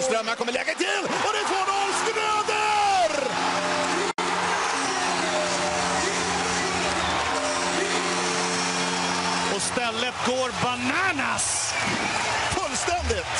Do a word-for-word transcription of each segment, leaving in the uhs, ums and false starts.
Lundström, här kommer läget till och det är två noll Schröder! Och stället går bananas! Fullständigt!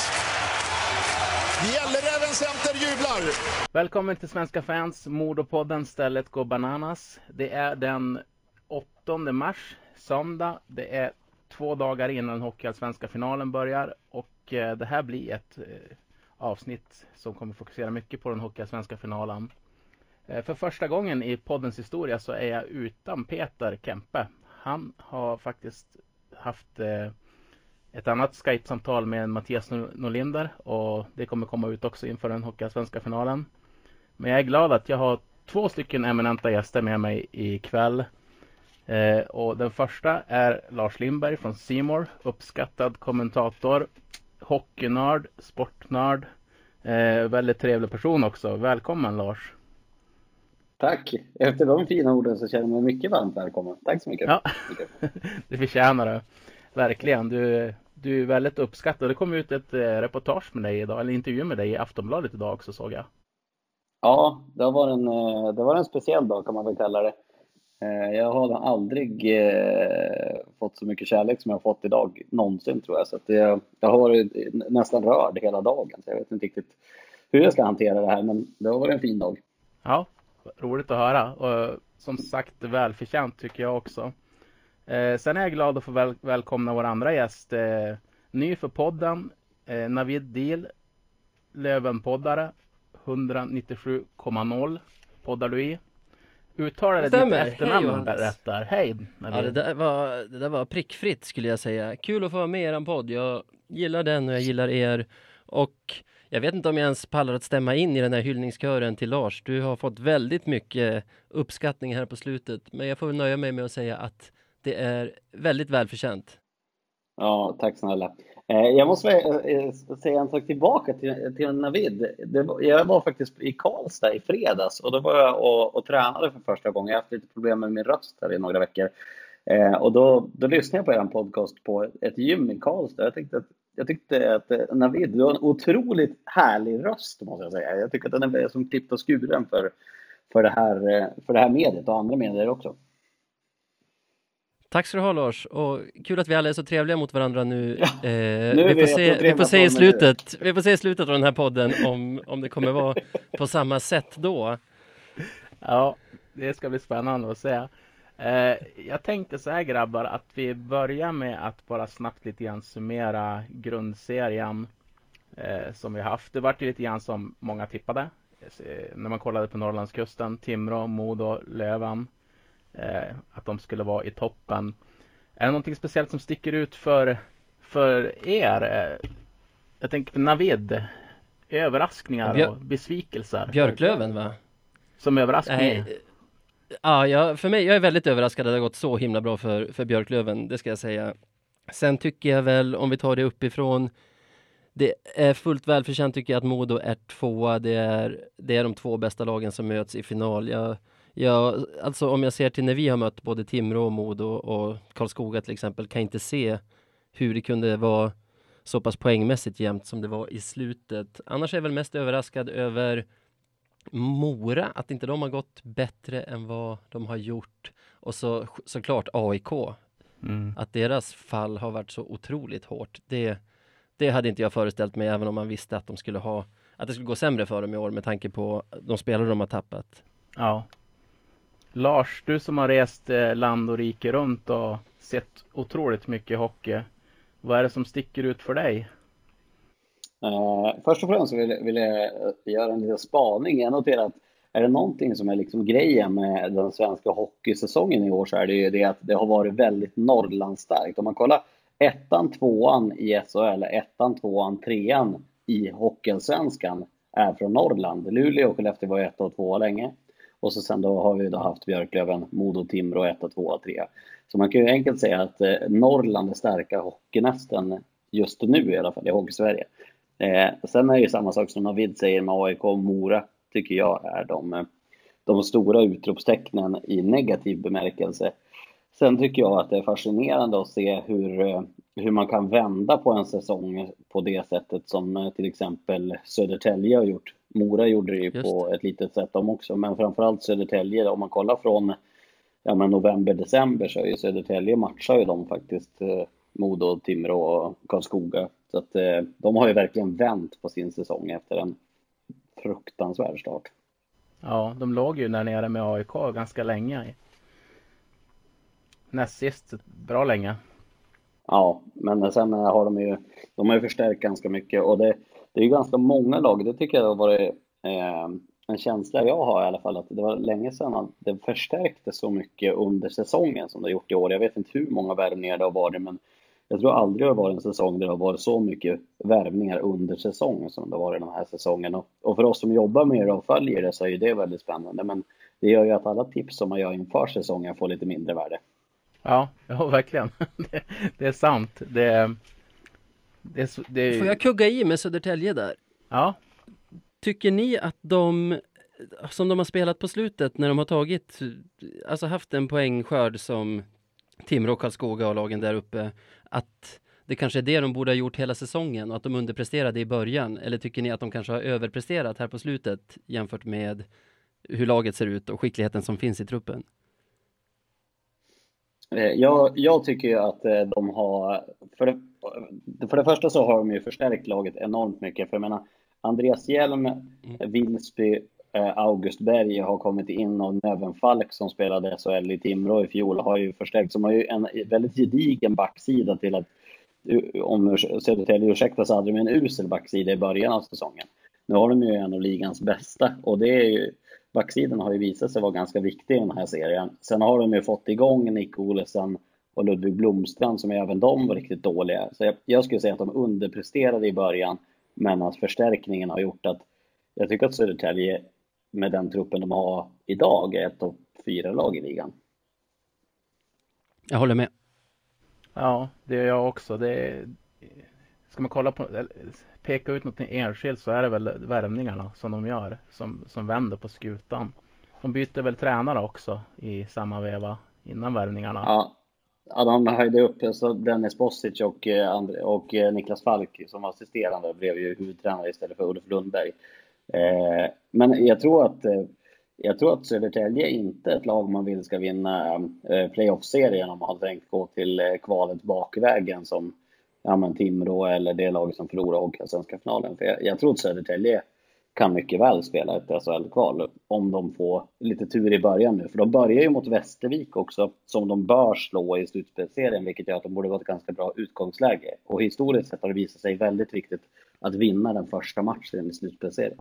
Gälleräven Center jublar! Välkommen till Svenska fans, Modopodden Stället går bananas. Det är den åttonde mars, söndag. Det är två dagar innan Hockeyallsvenska finalen börjar. Och eh, det här blir ett eh, avsnitt som kommer fokusera mycket på den Hockeyallsvenska finalen. Eh, för första gången i poddens historia så är jag utan Peter Kempe. Han har faktiskt haft eh, ett annat Skype-samtal med Mattias Norlinder. Och det kommer komma ut också inför den Hockeyallsvenska finalen. Men jag är glad att jag har två stycken eminenta gäster med mig ikväll. Eh, och den första är Lars Lindberg från C More, uppskattad kommentator, hockeynörd, sportnörd, eh, väldigt trevlig person också. Välkommen Lars. Tack. Efter de fina orden så känner jag mig mycket varmt välkommen. Tack så mycket. Ja, det förtjänar du. Verkligen. Du, du är väldigt uppskattad. Det kom ut ett eh, reportage med dig idag, eller intervju med dig i Aftonbladet idag också, såg jag. Ja, det var en, det var en speciell dag kan man väl kalla det. Jag har aldrig eh, fått så mycket kärlek som jag har fått idag någonsin tror jag. Så att det, jag har varit nästan rörd hela dagen. Så jag vet inte riktigt hur jag ska hantera det här. Men det har varit en fin dag. Ja, roligt att höra. Och som sagt, välförtjänt tycker jag också. Eh, sen är jag glad att få väl, välkomna vår andra gäst. Eh, ny för podden, eh, Navid Dil, Lövenpoddare, etthundranittiosju komma noll poddar du i. Uttalade ditt efternamn Hej, berättar. Hej. Ja, det där var, det där var prickfritt skulle jag säga. Kul att få vara med i er podd. Jag gillar den och jag gillar er. Och jag vet inte om jag ens pallar att stämma in i den här hyllningskören till Lars. Du har fått väldigt mycket uppskattning här på slutet. Men jag får nöja mig med att säga att det är väldigt välförtjänt. Ja, tack snälla. Jag måste säga en sak tillbaka till, till Navid. Det var, jag var faktiskt i Karlstad i fredags och då var jag och, och tränade för första gången. Jag har haft lite problem med min röst här i några veckor. Eh, och då, då lyssnade jag på er podcast på ett gym i Karlstad. Jag tyckte att, jag tyckte att Navid, du har en otroligt härlig röst måste jag säga. Jag tycker att den är som klippt och skuren för, för, det här, för det här mediet och andra medier också. Tack ska du ha Lars, och kul att vi alla är så trevliga mot varandra nu. Ja, eh, nu vi, vi får se, vi får se i slutet vi får se i slutet av den här podden om, om det kommer vara på samma sätt då. Ja, det ska bli spännande att se. Eh, jag tänkte så här grabbar, att vi börjar med att bara snabbt lite grann summera grundserien eh, som vi har haft. Det var ju lite grann som många tippade eh, när man kollade på Norrlandskusten, Timrå, Modo, Löven. Eh, att de skulle vara i toppen. Är det någonting speciellt som sticker ut för, för er? Eh, jag tänker på Navid. Överraskningar Björ- och besvikelser. Björklöven va? Som överraskning. Nej, ja, jag, för mig, jag är väldigt överraskad att det har gått så himla bra för, för Björklöven, det ska jag säga. Sen tycker jag väl, om vi tar det uppifrån, det är fullt välförtjänt tycker jag att Modo är tvåa. Det är, det är de två bästa lagen som möts i final. Jag Ja, alltså om jag ser till när vi har mött både Timrå och Modo och Karlskoga till exempel, kan jag inte se hur det kunde vara så pass poängmässigt jämnt som det var i slutet. Annars är jag väl mest överraskad över Mora, att inte de har gått bättre än vad de har gjort. Och så såklart A I K. Mm. Att deras fall har varit så otroligt hårt. Det, det hade inte jag föreställt mig, även om man visste att de skulle ha, att det skulle gå sämre för dem i år med tanke på de spelare de har tappat. Ja. Lars, du som har rest land och rike runt och sett otroligt mycket hockey. Vad är det som sticker ut för dig? Uh, först och främst vill, vill jag göra en liten spaning. Jag noterar att är det någonting som är liksom grejen med den svenska hockeysäsongen i år, så är det ju det att det har varit väldigt Norrlandsstarkt. Om man kollar ettan, tvåan i S H L, ettan, tvåan, trean i Hockeyallsvenskan är från Norrland. Luleå och Skellefteå var ett och två länge. Och så sen då har vi då haft Björklöven, Modo, Timrå, ett, två, tre. Så man kan ju enkelt säga att eh, Norrland är starka hockeynästen just nu i alla fall i Hockeysverige. Eh, sen är det ju samma sak som Navid säger med A I K och Mora, tycker jag är de, de stora utropstecknen i negativ bemärkelse. Sen tycker jag att det är fascinerande att se hur, hur man kan vända på en säsong på det sättet som eh, till exempel Södertälje har gjort. Mora gjorde det ju Just på ett litet sätt de också, men framförallt Södertälje, om man kollar från ja, men november, december, så är ju Södertälje matchar ju de faktiskt eh, Modo, Timrå och Karlskoga. Så att eh, de har ju verkligen vänt på sin säsong efter en fruktansvärd start. Ja, de låg ju där nere med A I K ganska länge. Näst sist bra länge. Ja, men sen har de ju, de har ju förstärkt ganska mycket, och det, det är ju ganska många lag. Det tycker jag har varit eh, en känsla jag har i alla fall, att det var länge sedan att det förstärkte så mycket under säsongen som det har gjort i år. Jag vet inte hur många värvningar det har varit, men jag tror aldrig det har varit en säsong där det har varit så mycket värvningar under säsongen som det har varit den här säsongen. Och, och för oss som jobbar med det och följer det så är det väldigt spännande, men det gör ju att alla tips som man gör inför säsongen får lite mindre värde. Ja, ja verkligen. Det, det är sant. Det, det, det, Får jag kugga i med Södertälje där? Ja. Tycker ni att de, som de har spelat på slutet, när de har tagit, alltså haft en poängskörd som Timrå, Karlskoga och lagen där uppe, att det kanske är det de borde ha gjort hela säsongen och att de underpresterade i början? Eller tycker ni att de kanske har överpresterat här på slutet jämfört med hur laget ser ut och skickligheten som finns i truppen? Jag, jag tycker ju att de har, för det, för det första så har de ju förstärkt laget enormt mycket. För jag menar, Andreas Hjelm, Vilsby, August Berg har kommit in, och Neven Falk som spelade S H L i Timrå i fjol har ju förstärkt. Som har ju en väldigt gedigen backsida till att, om Södertälje ursäkta, så hade de en usel backsida i början av säsongen. Nu har de ju en av ligans bästa, och det är ju, backsidan har ju visat sig vara ganska viktig i den här serien. Sen har de ju fått igång Nick Olesen och Ludvig Blomstrand som även de var riktigt dåliga. Så jag, jag skulle säga att de underpresterade i början, men att förstärkningen har gjort att jag tycker att Södertälje med den truppen de har idag är ett topp fyra lag i ligan. Jag håller med. Ja, det är jag också. Det är, ska man kolla på, peka ut något enskilt, så är det väl värvningarna som de gör som, som vänder på skutan. De byter väl tränare också i samma veva innan värvningarna. Ja, ja de höjde upp så Dennis Bosic och, och Niklas Falk som assisterande blev ju huvudtränare istället för Ulf Lundberg. Eh, men jag tror att jag tror att Södertälje är inte ett lag man vill ska vinna eh, playoff-serien om man har tänkt gå till eh, kvalet bakvägen som ja, men Timrå eller det lag som förlorar Hockeyallsvenska finalen. För jag, jag tror att Södertälje kan mycket väl spela ett S H L-kval om de får lite tur i början nu. För de börjar ju mot Västervik också, som de bör slå i slutspelsserien, vilket gör att de borde vara ett ganska bra utgångsläge. Och historiskt sett har det visat sig väldigt viktigt att vinna den första matchen i slutspelsserien.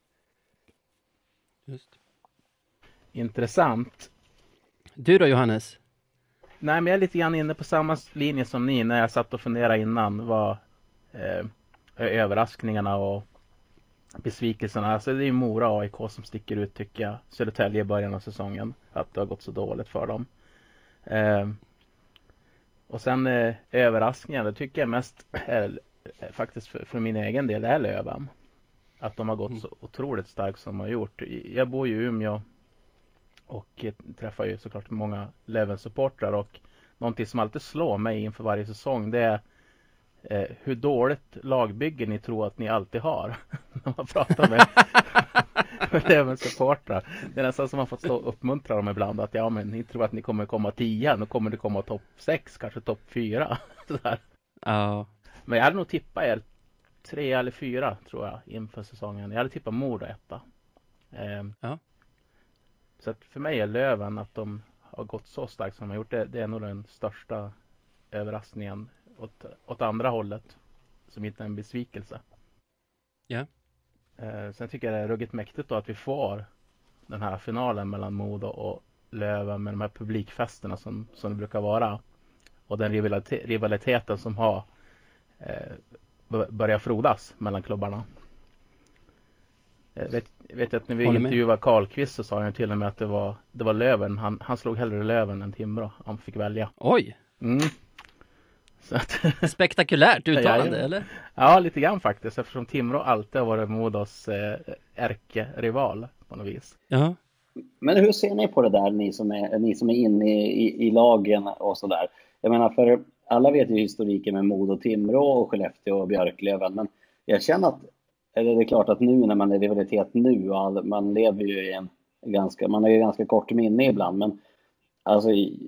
Just. Intressant. Du då, Johannes? Nej, men jag är lite grann inne på samma linje som ni när jag satt och funderade innan vad eh, överraskningarna och besvikelserna. Alltså det är Mora och A I K som sticker ut, tycker jag. Södertälje i början av säsongen, att det har gått så dåligt för dem. Eh, och sen eh, överraskningar, det tycker jag mest är, är faktiskt för, för min egen del är Löven. Att de har gått så otroligt starkt som de har gjort. Jag bor ju i Umeå och träffar ju såklart många Löven-supportrar, och någonting som alltid slår mig inför varje säsong, det är eh, hur dåligt lagbygge ni tror att ni alltid har när man pratar med, med Löven-supportrar. Det är nästan som man får stå och uppmuntra dem ibland, att ja, men ni tror att ni kommer komma tio, nu kommer det komma topp sex, kanske topp fyra. Ja. Men jag hade nog tippat er tre eller fyra, tror jag, inför säsongen. Jag hade tippat Modo etta. Eh, Ja. Så att för mig är Löven, att de har gått så starkt som de har gjort, det, det är nog den största överraskningen åt, åt andra hållet, som inte är en besvikelse. Ja. Eh, sen tycker jag det är ruggigt mäktigt då att vi får den här finalen mellan Modo och Löven med de här publikfesterna som, som det brukar vara. Och den rivalite- rivaliteten som har eh, börjat frodas mellan klubbarna. Jag vet, vet att när vi intervjuade Karlqvist så sa han till och med att det var, det var Löven. Han, han slog hellre Löven än Timrå. Han fick välja. Oj! Mm. Så att spektakulärt uttalande, ja, eller? Ja, lite grann faktiskt. Eftersom Timrå alltid har varit Modos eh, ärkerival på något vis. Ja. Men hur ser ni på det där, ni som är, ni som är inne i, i, i lagen och sådär? Jag menar, för alla vet ju historiken med Modo, Timrå och Skellefteå och Björklöven. Men jag känner att, eller det är klart att nu när man är rivalitet nu, all, man lever ju i en ganska, man har ju ganska kort minne ibland. Men alltså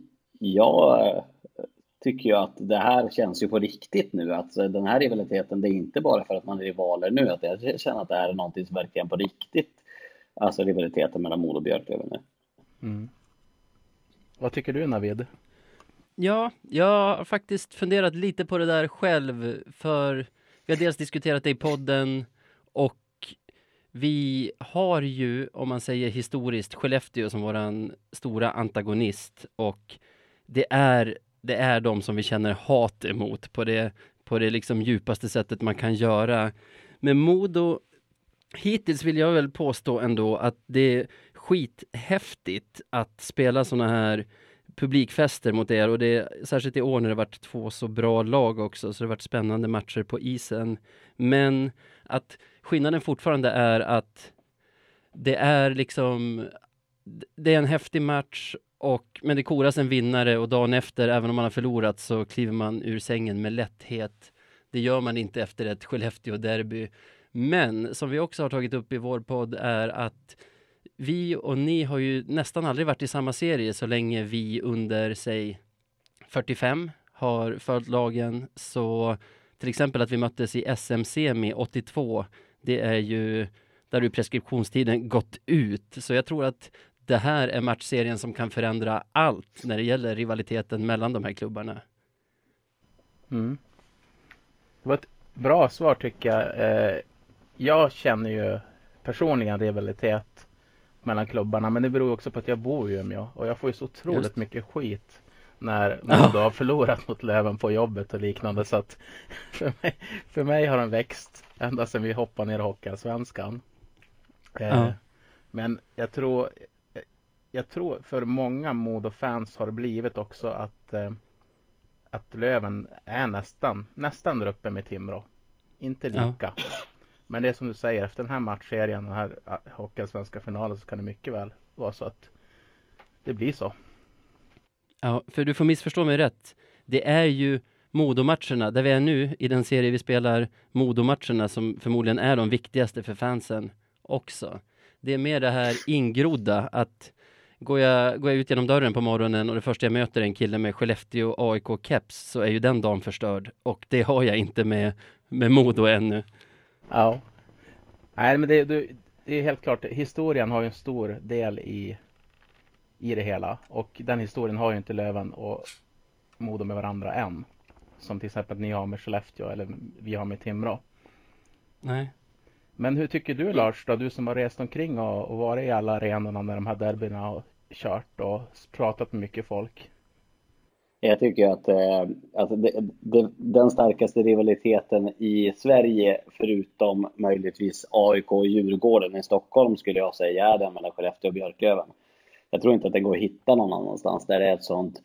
jag tycker ju att det här känns ju på riktigt nu. Att den här rivaliteten, det är inte bara för att man är rivaler nu. Att jag känner att det här är någonting som verkligen på riktigt. Alltså rivaliteten mellan Modo och Björklöven nu. Mm. Vad tycker du, Navid? Ja, jag har faktiskt funderat lite på det där själv. För vi har dels diskuterat det i podden. Och vi har ju, om man säger historiskt, Skellefteå som våran stora antagonist. Och det är... Det är de som vi känner hat emot på det, på det liksom djupaste sättet man kan göra. Men Modo, hittills vill jag väl påstå ändå att det är skithäftigt att spela såna här publikfester mot er. Och det är särskilt i år när det varit två så bra lag också, så det har varit spännande matcher på isen. Men att skillnaden fortfarande är att det är liksom, det är en häftig match. Och, men det koras en vinnare och dagen efter, även om man har förlorat, så kliver man ur sängen med lätthet. Det gör man inte efter ett Skellefteå-derby. Men som vi också har tagit upp i vår podd är att vi och ni har ju nästan aldrig varit i samma serie så länge vi under, säg, fyrtiofem har följt lagen. Så till exempel att vi möttes i S M-semi åttiotvå, det är ju där ju preskriptionstiden gått ut. Så jag tror att det här är matchserien som kan förändra allt när det gäller rivaliteten mellan de här klubbarna. Mm. Det var ett bra svar tycker jag. Eh, jag känner ju personligen rivalitet mellan klubbarna, men det beror också på att jag bor i Umeå och jag får ju så otroligt Just. mycket skit när man oh. har förlorat mot Löven på jobbet och liknande, så att för mig, för mig har den växt ända sedan vi hoppade ner i Hockeyallsvenskan. Eh, oh. Men jag tror Jag tror för många Modo-fans har det blivit också att, eh, att Löven är nästan, nästan där uppe med Timrå. Inte lika. Ja. Men det är som du säger, efter den här matchserien, den här Hockeyallsvenska finalen, så kan det mycket väl vara så att det blir så. Ja, för du får missförstå mig rätt. Det är ju Modo-matcherna, där vi är nu i den serie vi spelar, Modo-matcherna som förmodligen är de viktigaste för fansen också. Det är mer det här ingrodda att Går jag, går jag ut genom dörren på morgonen och det första jag möter är en kille med Skellefteå A I K-keps, så är ju den dagen förstörd. Och det har jag inte med, med Modo ännu. Ja. Nej, men det, det, det är helt klart. Historien har ju en stor del i, i det hela. Och den historien har ju inte Löven och Modo med varandra än. Som till exempel ni har med Skellefteå eller vi har med Timrå. Nej. Men hur tycker du, Lars, då, du som har rest omkring och, och varit i alla arenorna när de här derbyna har kört och pratat med mycket folk? Jag tycker att, eh, att det, det, den starkaste rivaliteten i Sverige, förutom möjligtvis A I K och Djurgården i Stockholm, skulle jag säga är den mellan Skellefteå och Björklöven. Jag tror inte att det går att hitta någon annanstans där det är ett sånt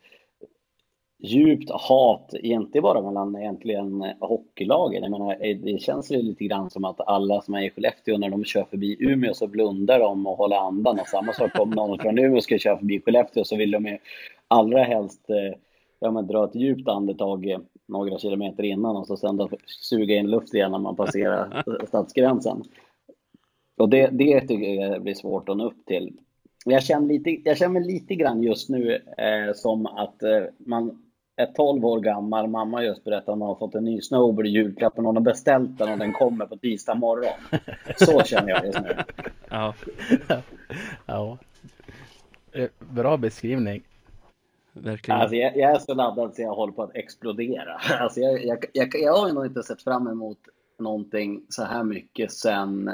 djupt hat, inte bara mellan egentligen hockeylagen. Jag menar, det känns ju lite grann som att alla som är i Skellefteå, när de kör förbi Umeå så blundar de och håller andan, och samma sak om någon från Umeå ska köra förbi Skellefteå så vill de ju allra helst ja, men dra ett djupt andetag några kilometer innan och så sen då suga in luft igen när man passerar stadsgränsen. Och det, det tycker jag blir svårt att nå upp till. Jag känner, lite, jag känner lite grann just nu eh, som att eh, man är tolv år gammal. Mamma just berättade att hon har fått en ny snowboard i julklappen. Hon har beställt den och den kommer på tisdag morgon. Så känner jag just nu. Ja. Ja. Bra beskrivning. Verkligen. Alltså jag, jag är så laddad så jag håller på att explodera. Alltså jag, jag, jag, jag har ju nog inte sett fram emot någonting så här mycket sen,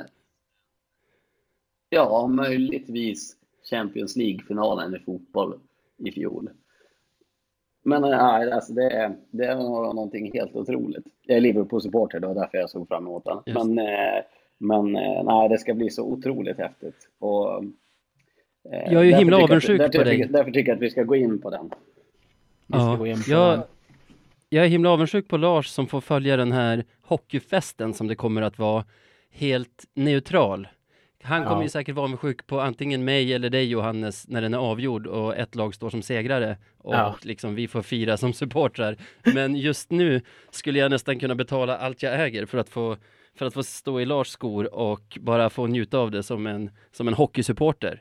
ja, möjligtvis Champions League-finalen i fotboll i fjol. Men nej, alltså det är, det är någonting helt otroligt. Jag är Liverpool-supporter, det var därför jag såg fram emot den. Just. Men, men nej, det ska bli så otroligt häftigt. Och, jag är ju himla avundsjuk att, på dig. Därför, därför tycker jag att vi ska gå in på den. Vi ska ja, gå in på jag, den. Jag är himla avundsjuk på Lars som får följa den här hockeyfesten som det kommer att vara helt neutral. Han kommer Ja. ju säkert vara med sjuk på antingen mig eller dig, Johannes, när den är avgjord och ett lag står som segrare och Ja. liksom vi får fira som supportrar. Men just nu skulle jag nästan kunna betala allt jag äger för att få, för att få stå i Lars skor och bara få njuta av det som en, som en hockeysupporter.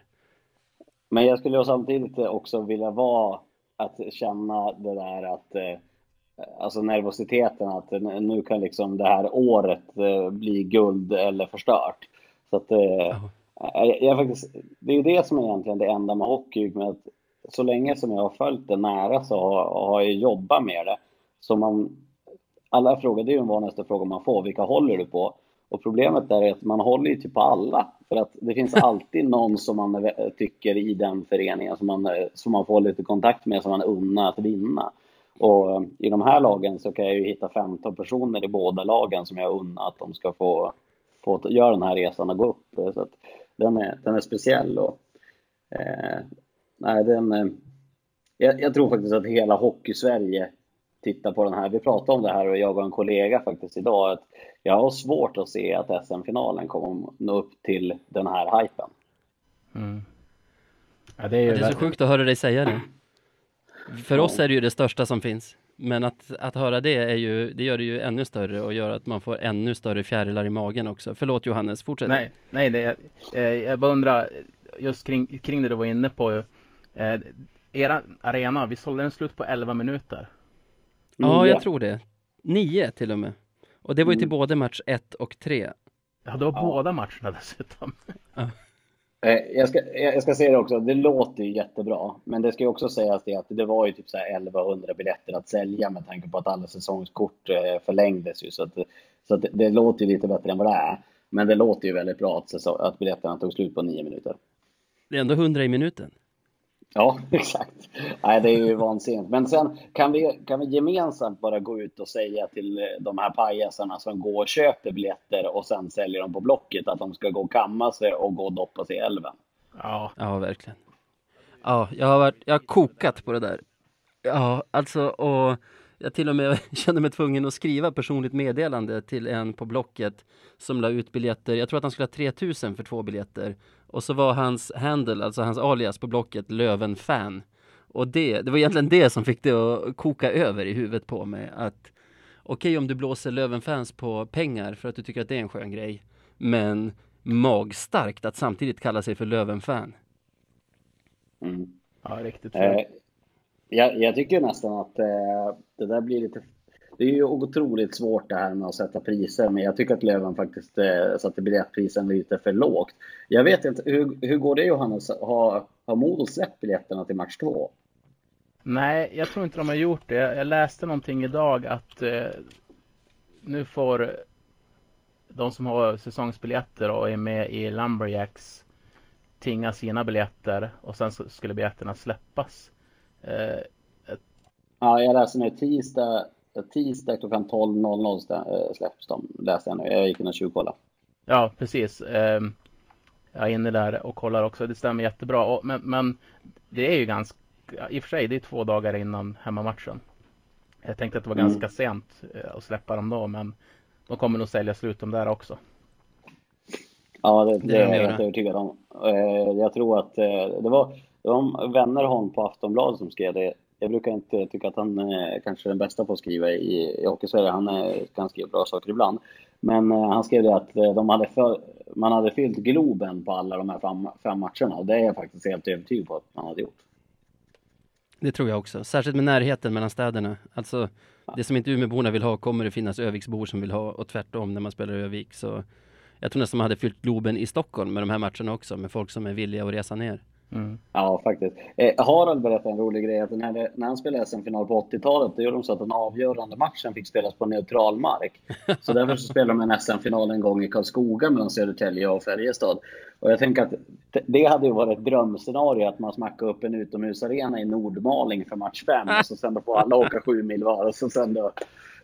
Men jag skulle ju samtidigt också vilja vara att känna det där att eh, alltså nervositeten att nu kan liksom det här året eh, bli guld eller förstört. Så att eh, jag, jag faktiskt, det är ju det som är egentligen det enda med hockey, med att så länge som jag har följt det nära så har, har jag jobbat med det. Så man, alla frågor, det är ju den vanligaste frågan man får, vilka håller du på? Och problemet där är att man håller ju typ på alla. För att det finns alltid någon som man tycker i den föreningen som man, som man får lite kontakt med, som man unnar att vinna. Och i de här lagen så kan jag ju hitta femton personer i båda lagen som jag unnar att de ska få, få göra den här resan och gå upp. Så att den är, den är speciell. Och, eh, nej, den, eh, jag, jag tror faktiskt att hela Hockey-Sverige tittar på den här. Vi pratade om det här och jag och en kollega faktiskt idag, att jag har svårt att se att S M-finalen kommer nå upp till den här hypen. Mm. Ja, det är ju Ja, det är så sjukt att höra dig säga det. För oss är det ju det största som finns. Men att, att höra det är ju, det gör det ju ännu större och gör att man får ännu större fjärilar i magen också. Förlåt Johannes, fortsätt. Nej, nej det, eh, jag bara undrar just kring, kring det du var inne på. Eh, era arena, vi sålde den slut på elva minuter. Ja, Nio. jag tror det. Nio till och med. Och det var ju till Mm. både match ett och tre. Ja, det var Ja. båda matcherna dessutom. Eh, Jag ska, jag ska säga det också, det låter ju jättebra, men det ska ju också sägas det att det var ju typ så här elvahundra biljetter att sälja med tanke på att alla säsongskort eh, förlängdes ju, så att, så att det, det låter ju lite bättre än vad det är, men det låter ju väldigt bra att, säsong, att biljetterna tog slut på nio minuter. Det är ändå hundra i minuten. Ja, exakt. Nej, det är ju vansinnigt. Men sen kan vi, kan vi gemensamt bara gå ut och säga till de här pajasarna som går och köper biljetter och sen säljer dem på Blocket att de ska gå och kamma sig och gå och doppa sig i älven. Ja, Ja, verkligen. Ja, jag har varit, jag har kokat på det där. Ja, alltså, och jag till och med kände mig tvungen att skriva personligt meddelande till en på Blocket som la ut biljetter. Jag tror att han skulle ha tre tusen för två biljetter. Och så var hans handle, alltså hans alias på Blocket, Löven-fan. Och det, det var egentligen det som fick det att koka över i huvudet på mig. Att okej, om du blåser Löven-fans på pengar för att du tycker att det är en skön grej. Men magstarkt att samtidigt kalla sig för Löven-fan. Mm. ja riktigt. Eh, jag, jag tycker nästan att eh, det där blir lite... Det är ju otroligt svårt det här med att sätta priser, men jag tycker att Löven faktiskt eh, satte biljettprisen lite för lågt. Jag vet inte, hur, hur går det Johannes? Har, har Modo släppt biljetterna till match två? Nej, jag tror inte de har gjort det. Jag läste någonting idag att eh, nu får de som har säsongsbiljetter och är med i Lumberjacks tinga sina biljetter och sen så skulle biljetterna släppas. Eh, Ja, jag läser nu tisdag, tisdag klockan tolv noll noll släpps de, läste jag nu. Jag gick in och tjuvkollade. ja, precis. Eh, jag är inne där och kollar också. Det stämmer jättebra. Och, men, men det är ju ganska, i och för sig, det är två dagar innan hemmamatchen. Jag tänkte att det var Mm. ganska sent eh, att släppa dem då, men de kommer nog sälja slut dem där också. Ja, det, Det det är är de jag göra. helt övertygad om. Eh, Jag tror att eh, det var de vänner hon på Aftonbladet som skrev det. Jag brukar inte tycka att han är kanske den bästa på att skriva i, i Hockeysverige. Han är, kan skriva bra saker ibland. Men eh, han skrev det att eh, de hade för, man hade fyllt Globen på alla de här fem, fem matcherna. Och det är jag faktiskt helt övertygad på att man hade gjort. Det tror jag också. Särskilt med närheten mellan städerna. Alltså, det som inte Umeåborna vill ha kommer det finnas Öviksbor som vill ha, och tvärtom när man spelar i Övik. Så jag tror nästan man hade fyllt Globen i Stockholm med de här matcherna också, med folk som är villiga att resa ner. Mm. Ja, faktiskt. Eh, Harald berättade en rolig grej. Att när, det, när han spelade S M-final på åttiotalet, då gjorde de så att den avgörande matchen fick spelas på neutral mark. Så därför så spelade de en S M-final en gång i Karlskoga mellan Södertälje och Färjestad. Och jag tänker att det, det hade ju varit ett drömscenario att man smackar upp en utomhusarena i Nordmaling för match fem. Och så sen då får alla åka sju mil var. Och så sen då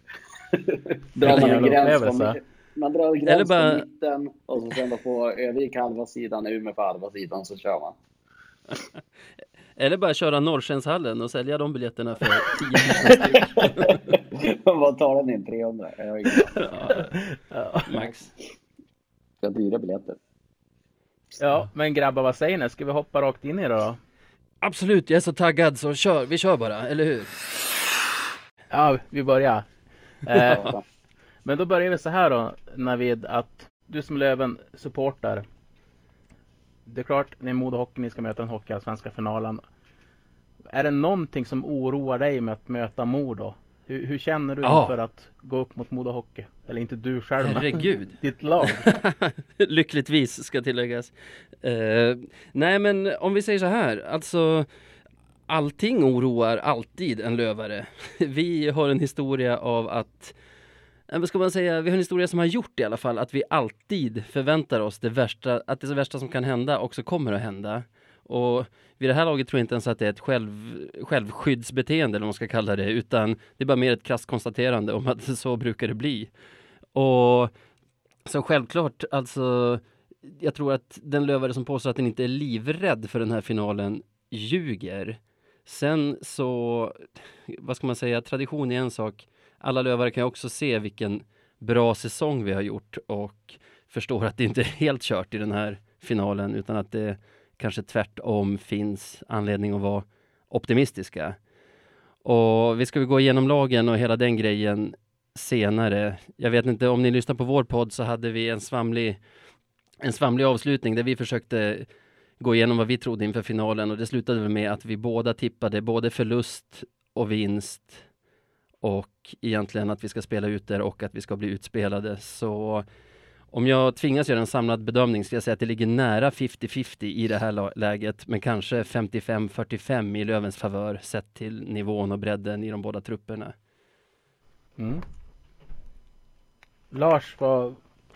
drar man en gräns från, man drar en gräns Eller bara- på mitten. Och så sen då får Övik halva sidan, Umeå på halva sidan, så kör man. Eller bara köra Norrskenshallen och sälja de biljetterna för tio tusen styck. Vad tar den in? trehundra? Jag har ingen aning. Ja, max. Det är dyra biljetter. Ja, men grabbar, vad säger ni? Ska vi hoppa rakt in i det då? Absolut, jag är så taggad så kör, vi kör bara, eller hur? Ja, vi börjar. Eh, men då börjar vi så här då, Navid, att du som Löven supportar. Det är klart, ni är Modo Hockey, ni ska möta den hockeyallsvenska finalen. Är det någonting som oroar dig med att möta Modo? Hur, hur känner du Ja. inför att gå upp mot Modo Hockey? Eller inte du själv, men Herregud. ditt lag. Lyckligtvis ska tilläggas. Uh, nej men om vi säger så här, alltså allting oroar alltid en lövare. Vi har en historia av att, vad ska man säga, vi har en historia som har gjort i alla fall att vi alltid förväntar oss det värsta, att det värsta som kan hända också kommer att hända. Och vid det här laget tror jag inte ens att det är ett själv, självskyddsbeteende eller vad man ska kalla det, utan det är bara mer ett krasst konstaterande om att så brukar det bli. Och så självklart, alltså jag tror att den lövare som påstår att den inte är livrädd för den här finalen ljuger. Sen så, vad ska man säga, tradition är en sak. Alla lövare kan också se vilken bra säsong vi har gjort och förstår att det inte är helt kört i den här finalen, utan att det kanske tvärtom finns anledning att vara optimistiska. Och vi ska gå igenom lagen och hela den grejen senare. Jag vet inte, om ni lyssnar på vår podd så hade vi en svamlig, en svamlig avslutning där vi försökte gå igenom vad vi trodde inför finalen, och det slutade väl med att vi båda tippade både förlust och vinst och egentligen att vi ska spela ut där och att vi ska bli utspelade. Så om jag tvingas göra en samlad bedömning ska jag säga att det ligger nära femtio femtio i det här läget, men kanske femtiofem fyrtiofem i Lövens favör sett till nivån och bredden i de båda trupperna. Mm. Lars, vad,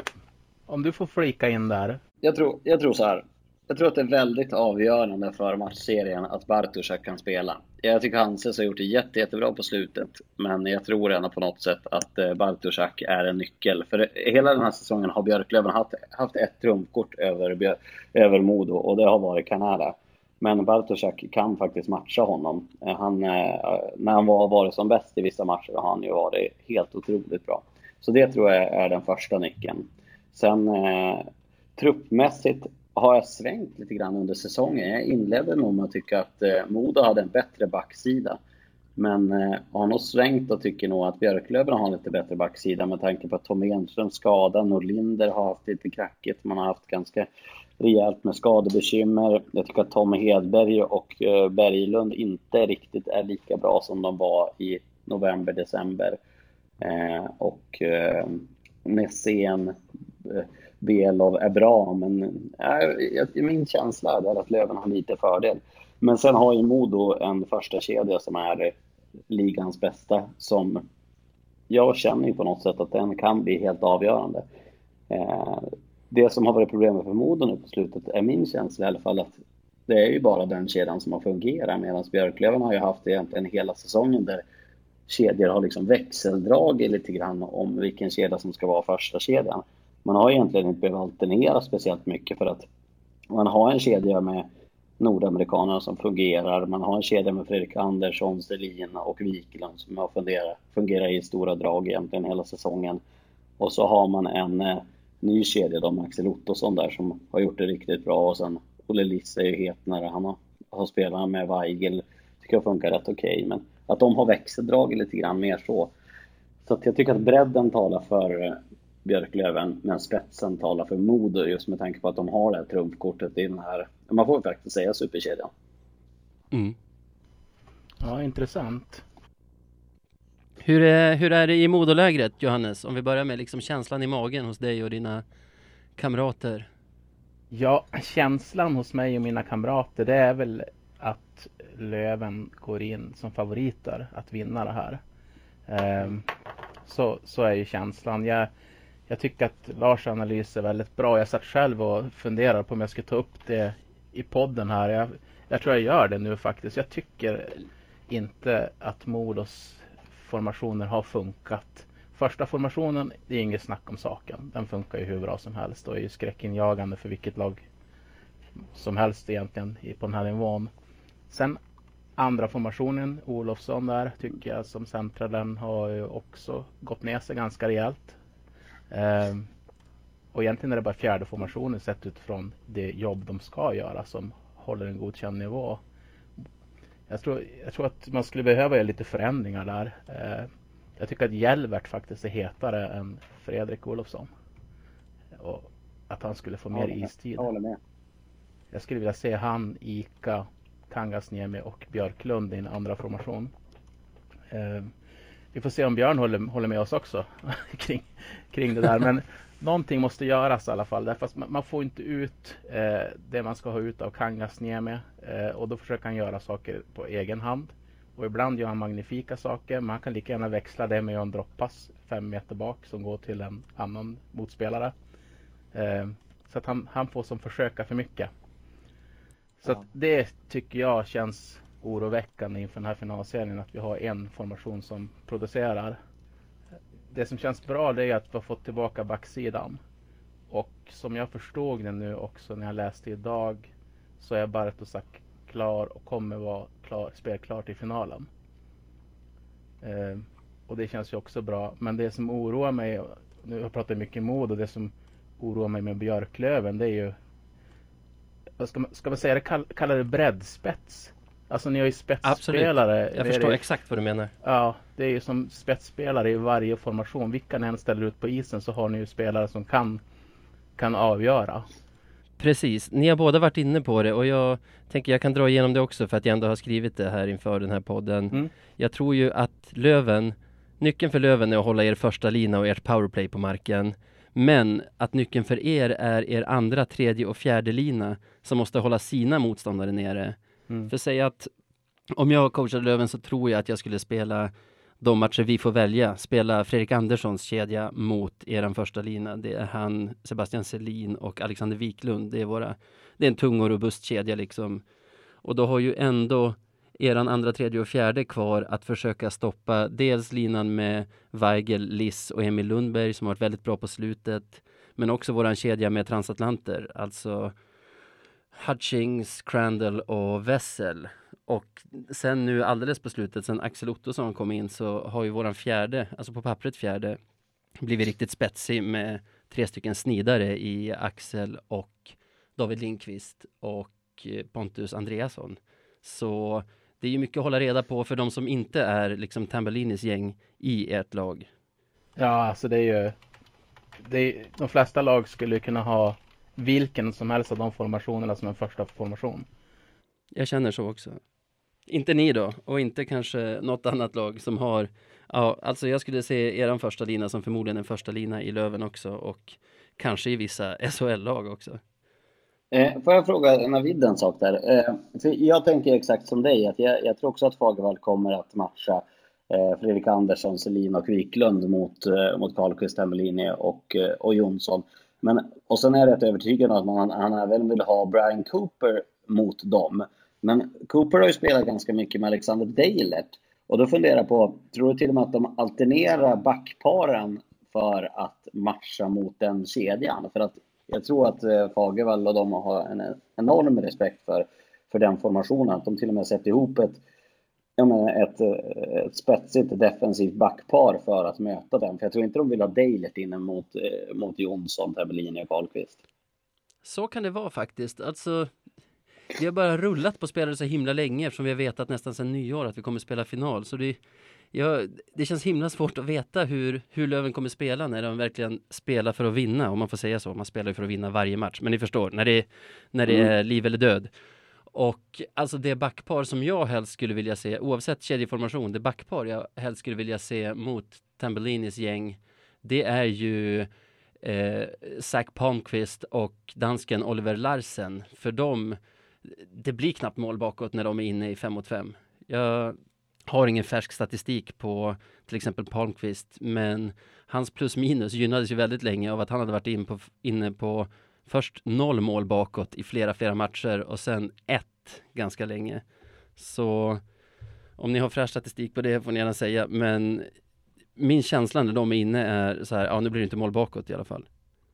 om du får flika in där. Jag tror, jag tror så här. Jag tror att det är väldigt avgörande för matchserien att Bartoszak kan spela. Jag tycker Hanses har gjort det jätte, jättebra på slutet. Men jag tror ändå på något sätt att Bartoszak är en nyckel. För hela den här säsongen har Björklöven haft, haft ett trumfkort över, över Modo. Och det har varit Kanada. Men Bartoszak kan faktiskt matcha honom. Han, när han var varit som bäst i vissa matcher har han ju varit helt otroligt bra. Så det tror jag är den första nyckeln. Sen eh, truppmässigt har jag svängt lite grann under säsongen. Jag inledde nog med att tycka att eh, Modo hade en bättre backsida. Men eh, har nog svängt och tycker nog att Björklöven har en lite bättre backsida med tanke på att Tom Enström skadad. Norlinder har haft lite krackigt. Man har haft ganska rejält med skadebekymmer. Jag tycker att Tom Hedberg och eh, Berglund inte riktigt är lika bra som de var i november, december. Eh, och eh, Nässén, eh, Belov är bra, men äh, min känsla är att Löven har lite fördel. Men sen har ju Modo en första kedja som är ligans bästa, som jag känner på något sätt att den kan bli helt avgörande. Eh, det som har varit problemet för Modo nu på slutet är min känsla i alla fall att det är ju bara den kedjan som har fungerat, medan Björklöven har ju haft egentligen hela säsongen där kedjor har liksom växeldragit lite grann om vilken kedja som ska vara första kedjan. Man har egentligen inte behövt alternera speciellt mycket för att man har en kedja med nordamerikanerna som fungerar. Man har en kedja med Fredrik Andersson, Selin och Wiklund som har fungerat, fungerat i stora drag egentligen hela säsongen. Och så har man en eh, ny kedja då, Axel Ottosson där, som har gjort det riktigt bra. Och sen Olle Lisse är ju het när han har, har spelat med Weigel. Tycker jag funkar rätt okej. Okay. Men att de har växeldragit lite grann mer så. Så att jag tycker att bredden talar för eh, Björklöven, men spetsen talar för Modo just med tanke på att de har det här trumfkortet i den här, man får faktiskt säga, superkedjan. Mm. Ja, intressant. Hur är, hur är det i Modolägret, Johannes? Om vi börjar med liksom känslan i magen hos dig och dina kamrater. Ja, känslan hos mig och mina kamrater, det är väl att Löven går in som favoriter att vinna det här. Um, så, så är ju känslan. Jag Jag tycker att Lars analys är väldigt bra. Jag satt själv och funderade på om jag skulle ta upp det i podden här. Jag, jag tror jag gör det nu faktiskt. Jag tycker inte att Modos formationer har funkat. Första formationen, det är inget snack om saken. Den funkar ju hur bra som helst och är ju skräckinjagande för vilket lag som helst egentligen på den här nivån. Sen andra formationen, Olofsson där, tycker jag som centralen har ju också gått ner sig ganska rejält. Eh, och egentligen är det bara fjärde formationen sett utifrån det jobb de ska göra som håller en godkänd nivå. Jag tror, jag tror att man skulle behöva göra lite förändringar där. Eh, jag tycker att Jelvert faktiskt är hetare än Fredrik Olofsson. Och att han skulle få mer istid. Jag håller med. Jag skulle vilja se han, Ika, Kangasniemi och Björklund i en andra formation. Eh, vi får se om Björn håller, håller med oss också kring, kring det där. Men någonting måste göras i alla fall. Därför att man, man får inte ut eh, det man ska ha ut av Kangasniemi. Eh, och då försöker han göra saker på egen hand. Och ibland gör han magnifika saker. Man kan lika gärna växla det med en droppass fem meter bak som går till en annan motspelare. Eh, så att han, han får som försöka för mycket. Så Ja. att det tycker jag känns oroväckande inför den här finalserien, att vi har en formation som producerar. Det som känns bra, det är att vi har fått tillbaka backsidan. Och som jag förstod det nu också när jag läste idag, så är Bartosak klar och kommer vara klar, spelklar till finalen. Eh, och det känns ju också bra. Men det som oroar mig, nu har jag pratat mycket mod, och det som oroar mig med Björklöven, det är ju, vad ska man, ska man säga det, kall, kallar det breddspets. Alltså ni har ju spetsspelare. Absolut. Jag förstår det, exakt vad du menar. Ja, det är ju som spetsspelare i varje formation. Vilka ni än ställer ut på isen så har ni ju spelare som kan, kan avgöra. Precis, ni har båda varit inne på det och jag tänker jag kan dra igenom det också för att jag ändå har skrivit det här inför den här podden. Mm. Jag tror ju att Löven, nyckeln för Löven är att hålla er första lina och ert powerplay på marken. Men att nyckeln för er är er andra, tredje och fjärde lina som måste hålla sina motståndare nere. Mm. För att säga att om jag coachade Löven så tror jag att jag skulle spela de matcher vi får välja. Spela Fredrik Anderssons kedja mot eran första lina. Det är han, Sebastian Selin och Alexander Wiklund. Det är, våra, det är en tung och robust kedja liksom. Och då har ju ändå eran andra, tredje och fjärde kvar att försöka stoppa dels linan med Weigel, Liss och Emil Lundberg som har varit väldigt bra på slutet. Men också våran kedja med transatlanter. Alltså Hutchings, Crandall och Wessel. Och sen nu alldeles på slutet, sen Axel Ottosson kom in, så har ju våran fjärde, alltså på pappret fjärde, blivit riktigt spetsig med tre stycken snidare i Axel och David Lindqvist och Pontus Andreasson. Så det är ju mycket att hålla reda på för de som inte är liksom Tambellinis gäng i ert lag. Ja, alltså det är ju det är, de flesta lag skulle kunna ha vilken som helst av de formationerna som en första formation. Jag känner så också. Inte ni då, och inte kanske något annat lag som har, ja, alltså jag skulle se eran första lina som förmodligen en första lina i Löven också och kanske i vissa S H L-lag också. Eh, får jag fråga Navid en sak där? Eh, för jag tänker exakt som dig, att jag, jag tror också att Fagervall kommer att matcha eh, Fredrik Andersson, Selin och Wiklund mot, eh, mot Karlqvist, Tambellini och, eh, och Jonsson. Men, och sen är jag rätt övertygad om att man, han även vill ha Brian Cooper mot dem. Men Cooper har ju spelat ganska mycket med Alexander Deilert. Och då funderar jag på, tror du till och med att de alternerar backparen för att matcha mot den kedjan? För att jag tror att Fagervall och de har en enorm respekt för, för den formationen. Att de till och med sätter ihop ett, jag menar, ett, ett spetsigt defensivt backpar för att möta den. För jag tror inte de vill ha Deilert inne mot, mot Jonsson, Tambellini och Karlqvist. Så kan det vara faktiskt. Alltså, vi har bara rullat på spelare så himla länge eftersom vi har vetat nästan sedan nyår att vi kommer spela final. Så det, ja, det känns himla svårt att veta hur, hur Löven kommer spela när de verkligen spelar för att vinna. Om man får säga så. Man spelar ju för att vinna varje match. Men ni förstår, när det, när det Mm. är liv eller död. Och alltså det backpar som jag helst skulle vilja se, oavsett kedjeformation, det backpar jag helst skulle vilja se mot Tambellinis gäng, det är ju eh, Zach Palmqvist och dansken Oliver Larsen. För dem, det blir knappt mål bakåt när de är inne i fem mot fem. Jag har ingen färsk statistik på till exempel Palmqvist, men hans plus minus gynnades ju väldigt länge av att han hade varit in på, inne på först noll mål bakåt i flera, flera matcher och sen ett ganska länge. Så om ni har fräsch statistik på det får ni gärna säga, men min känsla när de är inne är så här, ja nu blir det inte mål bakåt i alla fall.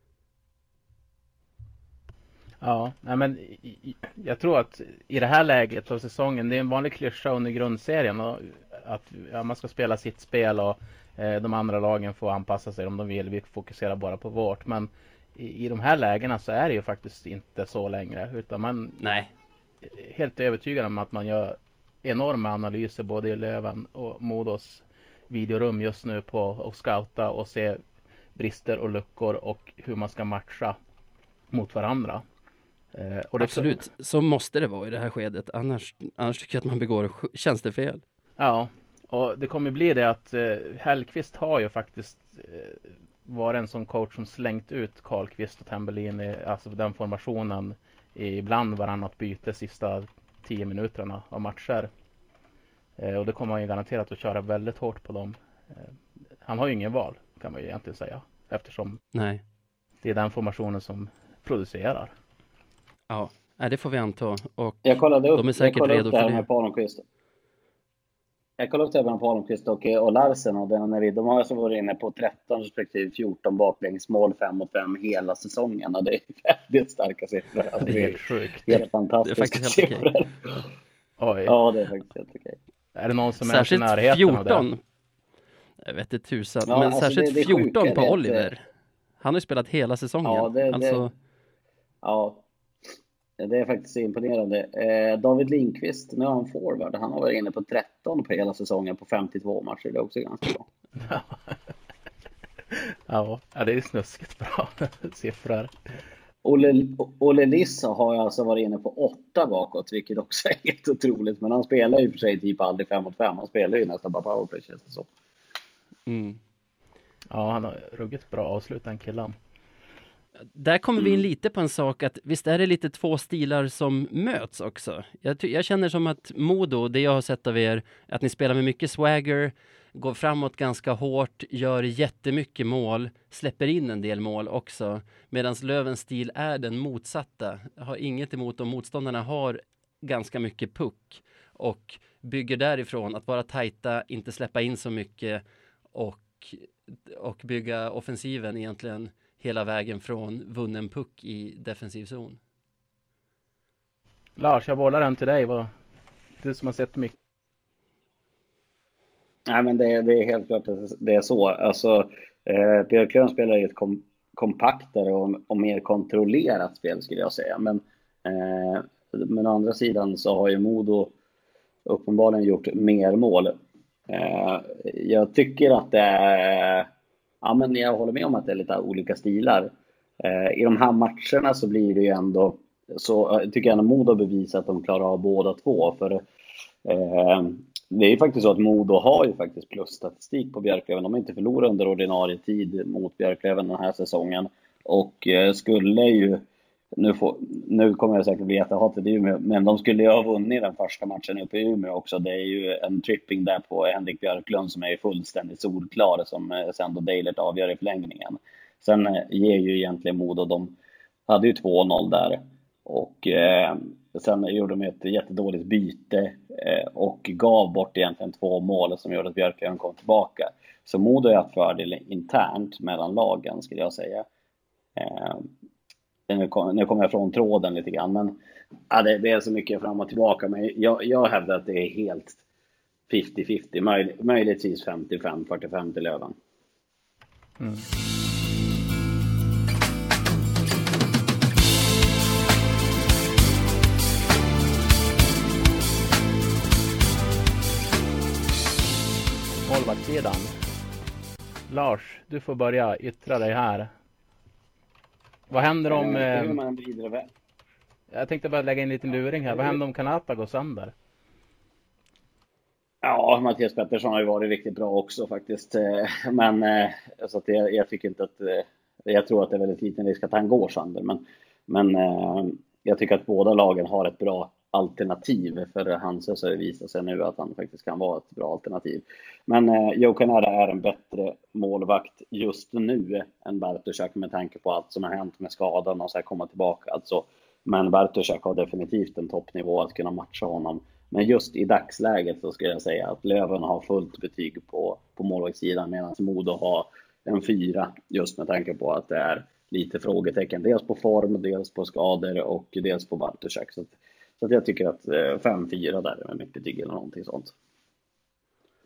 Ja, nej men i- i- jag tror att i det här läget av säsongen, det är en vanlig klyscha under grundserien och att ja, man ska spela sitt spel och eh, de andra lagen får anpassa sig om de vill. Vi fokuserar bara på vårt. Men i, i de här lägena så är det ju faktiskt inte så längre. Utan man Nej. är helt övertygad om att man gör enorma analyser både i Löven och Modos videorum just nu på att scouta och se brister och luckor och hur man ska matcha mot varandra. Eh, och det Absolut, så måste det vara i det här skedet. Annars, annars tycker jag att man begår tjänstefel. Ja, och det kommer bli det att eh, Hellqvist har ju faktiskt eh, varit en sån coach som slängt ut Karlqvist och Tambellin i alltså den formationen i ibland varannat byte sista tio minuterna av matcher. Eh, och det kommer han ju garanterat att köra väldigt hårt på dem. Eh, han har ju ingen val kan man ju egentligen säga. Eftersom Nej. det är den formationen som producerar. Ja, nej, det får vi anta. Och Jag kollade upp, de är säkert jag kollade redo upp det här för det. med Palmqvist. Jag kollade upp det här med Palmqvist och, och Larsen. Och den, när vi, de har alltså varit inne på tretton respektive fjorton baklängsmål fem mot fem hela säsongen. Och det är väldigt starka siffror. Alltså, Det är helt sjukt. Helt fantastiska Det är faktiskt helt siffror. Oj. Ja, det är faktiskt helt okej. Är det någon som Särskilt är i närheten av det? fjorton. Jag vet inte tusan. Ja, men alltså särskilt det- det är fjorton sjuka, på det är att- Oliver. Han har ju spelat hela säsongen. Ja, det- det- alltså, Ja, det är faktiskt imponerande. Eh, David Lindqvist, nu är han forward. Han har varit inne på tretton på hela säsongen på femtiotvå matcher. Det är också ganska bra. Ja, ja, det är snuskigt bra siffror. Olle, Olle Lissa har ju alltså varit inne på åtta bakåt, vilket också är helt otroligt. Men han spelar ju för sig typ aldrig fem mot fem. Han spelar ju nästan bara powerplay, känns det så. mm. Ja, han har ruggigt bra avslut, den killen. Där kommer vi in Mm. lite på en sak att visst är det lite två stilar som möts också. Jag, ty- jag känner som att Modo, det jag har sett av er, att ni spelar med mycket swagger, går framåt ganska hårt, gör jättemycket mål, släpper in en del mål också. Medan Lövens stil är den motsatta. Jag har inget emot om motståndarna har ganska mycket puck och bygger därifrån att vara tajta, inte släppa in så mycket och, och bygga offensiven egentligen hela vägen från vunnen puck i defensiv zon. Lars, jag bollar den till dig. Vad? Du som har sett mycket. Nej, men det, det är helt klart att det är så. Alltså, eh, Björklöven spelar ju ett kom, kompaktare och, och mer kontrollerat spel skulle jag säga. Men, eh, men å andra sidan så har ju Modo uppenbarligen gjort mer mål. Eh, jag tycker att det är... Ja, men jag håller med om att det är lite olika stilar. Eh, I de här matcherna så blir det ju ändå... Så jag tycker jag att Modo bevisar att de klarar av båda två. För eh, det är ju faktiskt så att Modo har ju faktiskt plusstatistik på Björklöven. De har inte förlorat under ordinarie tid mot Björklöven den här säsongen. Och eh, skulle ju... Nu, får, nu kommer jag säkert bli jättehatet i Umeå, men de skulle ju ha vunnit den första matchen uppe i Umeå också. Det är ju en tripping där på Henrik Björklund som är fullständigt solklar, som sen då Deilert avgör i förlängningen. Sen eh, ger ju egentligen Modo, de hade ju två noll där. Och eh, sen gjorde de ett jättedåligt byte eh, och gav bort egentligen två mål som gjorde att Björklund kom tillbaka. Så Modo är ett fördel internt mellan lagen skulle jag säga. Eh, Nu kommer nu kom jag från tråden lite grann, men ja, det, det är så mycket fram och tillbaka. Men jag, jag hävdar att det är helt femtio femtio, möj, möjligtvis femtiofem fyrtiofem till Löven. Mm. Målvaktssidan. Lars, du får börja yttra dig här. Vad händer om... Hur Eh, man vidare väl? jag tänkte bara lägga in en liten luring här. Vad händer om Kanata går sönder? Ja, Mattias Pettersson har ju varit riktigt bra också faktiskt. Eh, Men eh, så att jag, jag tycker inte att... eh, Jag tror att det är väldigt liten risk att han går sönder. Men, men eh, jag tycker att båda lagen har ett bra alternativ. För Hanse så visar sig nu att han faktiskt kan vara ett bra alternativ. Men eh, Joe Canada är en bättre målvakt just nu än Bartoszak med tanke på allt som har hänt med skadan och så här komma tillbaka. Alltså, men Bartoszak har definitivt en toppnivå att kunna matcha honom. Men just i dagsläget så skulle jag säga att Löven har fullt betyg på, på målvaktssidan medan Modo har en fyra just med tanke på att det är lite frågetecken. Dels på form, dels på skador och dels på Bartoszak. Så, att, så att jag tycker att fem fyra där är mitt betyg eller någonting sånt.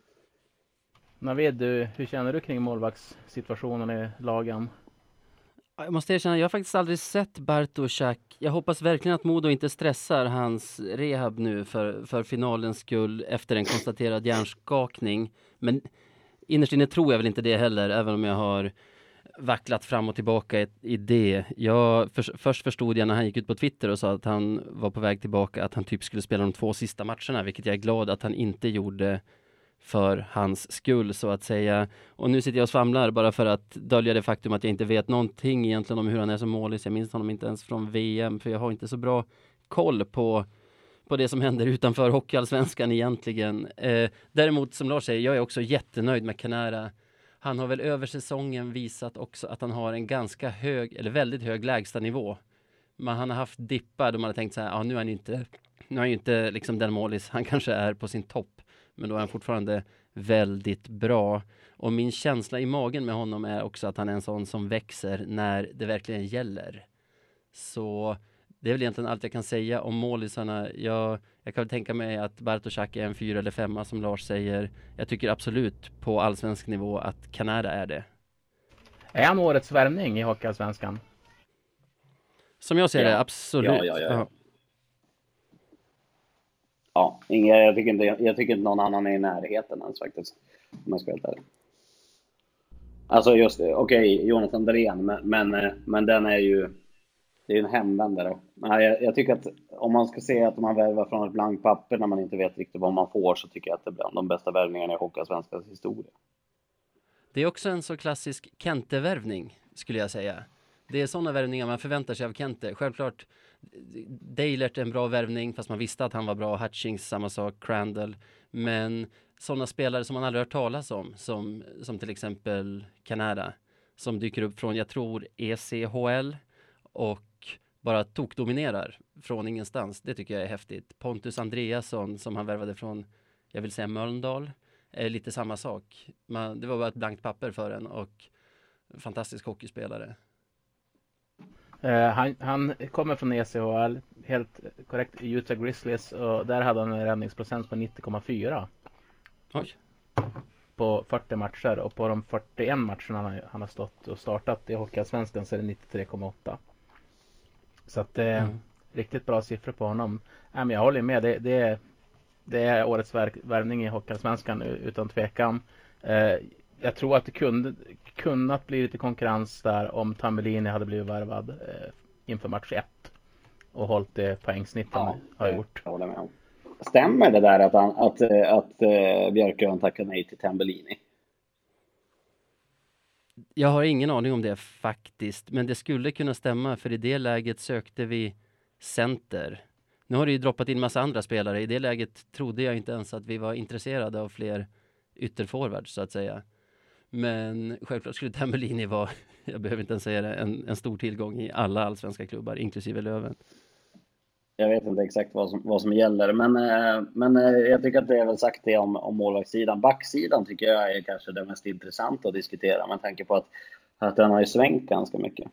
Navid, du, hur känner du kring målvaktssituationen i lagen? Jag måste erkänna, jag har faktiskt aldrig sett Bartoszak. Jag hoppas verkligen att Modo inte stressar hans rehab nu för, för finalens skull efter en konstaterad hjärnskakning. Men innerst inne tror jag väl inte det heller, även om jag har vacklat fram och tillbaka i, i det. Jag för, först förstod jag när han gick ut på Twitter och sa att han var på väg tillbaka, att han typ skulle spela de två sista matcherna, vilket jag är glad att han inte gjorde för hans skull, så att säga. Och nu sitter jag och svamlar bara för att dölja det faktum att jag inte vet någonting egentligen om hur han är som målis. Jag minns honom inte ens från V M, för jag har inte så bra koll på, på det som händer utanför hockeyallsvenskan egentligen. Eh, däremot, som Lars säger, jag är också jättenöjd med Kanara. Han har väl över säsongen visat också att han har en ganska hög, eller väldigt hög lägsta nivå. Men han har haft dippar då man har tänkt så här, ja, nu är han inte, nu är han ju inte liksom den målis han kanske är på sin topp. Men då är han fortfarande väldigt bra. Och min känsla i magen med honom är också att han är en sån som växer när det verkligen gäller. Så det är väl egentligen allt jag kan säga om målisarna. Jag, jag kan väl tänka mig att Bartoszak är en fyra eller femma som Lars säger. Jag tycker absolut på allsvensk nivå att Kanada är det. Är han årets värvning i hockeyallsvenskan? Som jag ser Ja. det, absolut. Ja, ja, ja, ja. Ja, inga, jag, tycker inte, jag tycker inte någon annan är i närheten ens faktiskt. Om jag ska vara helt ärlig. Alltså just, okej, okay, Jonathan Dahlén, men, men, men den är ju, det är ju en hemvändare. Nej, jag, jag tycker att om man ska se att man värvar från ett blankt papper när man inte vet riktigt vad man får, så tycker jag att det är bland de bästa värvningarna i hockeyallsvenskans historia. Det är också en så klassisk Kente-värvning, skulle jag säga. Det är sådana värvningar man förväntar sig av Kente. Självklart, Deilert är en bra värvning, fast man visste att han var bra. Hutchings, samma sak, Crandall. Men sådana spelare som man aldrig hört talas om, som, som till exempel Kanada, som dyker upp från, jag tror, E C H L och bara tokdominerar från ingenstans. Det tycker jag är häftigt. Pontus Andreasson, som han värvade från, jag vill säga Mölndal, är lite samma sak. Man, det var bara ett blankt papper för en, och fantastisk hockeyspelare. Uh, han, han kommer från E C H L, helt korrekt, Utah Grizzlies, och där hade han en räddningsprocent på nittio komma fyra. Oj. På fyrtio matcher, och på de fyrtioen matcherna han, han har stått och startat i hockeyallsvenskan så är det nittiotre komma åtta. Så att det är mm. riktigt bra siffror på honom. Äh, men jag håller med, det, det, är, det är årets vär, värvning i hockeyallsvenskan utan tvekan. Uh, jag tror att det kunde kunnat bli lite konkurrens där om Tambellini hade blivit värvad eh, inför match ett och hållit det poängsnitt han ja, har gjort. Jag håller med om. Stämmer det där att, han, att, att, att uh, Björklöven tackade nej till Tambellini? Jag har ingen aning om det faktiskt, men det skulle kunna stämma, för i det läget sökte vi center. Nu har det ju droppat in massa andra spelare. I det läget trodde jag inte ens att vi var intresserade av fler ytterforwards, så att säga. Men självklart skulle Tambellini vara, jag behöver inte ens säga det, en, en stor tillgång i alla allsvenska klubbar, inklusive Löven. Jag vet inte exakt vad som, vad som gäller, men, men jag tycker att det är väl sagt det om, om målvaktssidan. Backsidan tycker jag är kanske det mest intressanta att diskutera, med tanke på att, att den har ju svängt ganska mycket.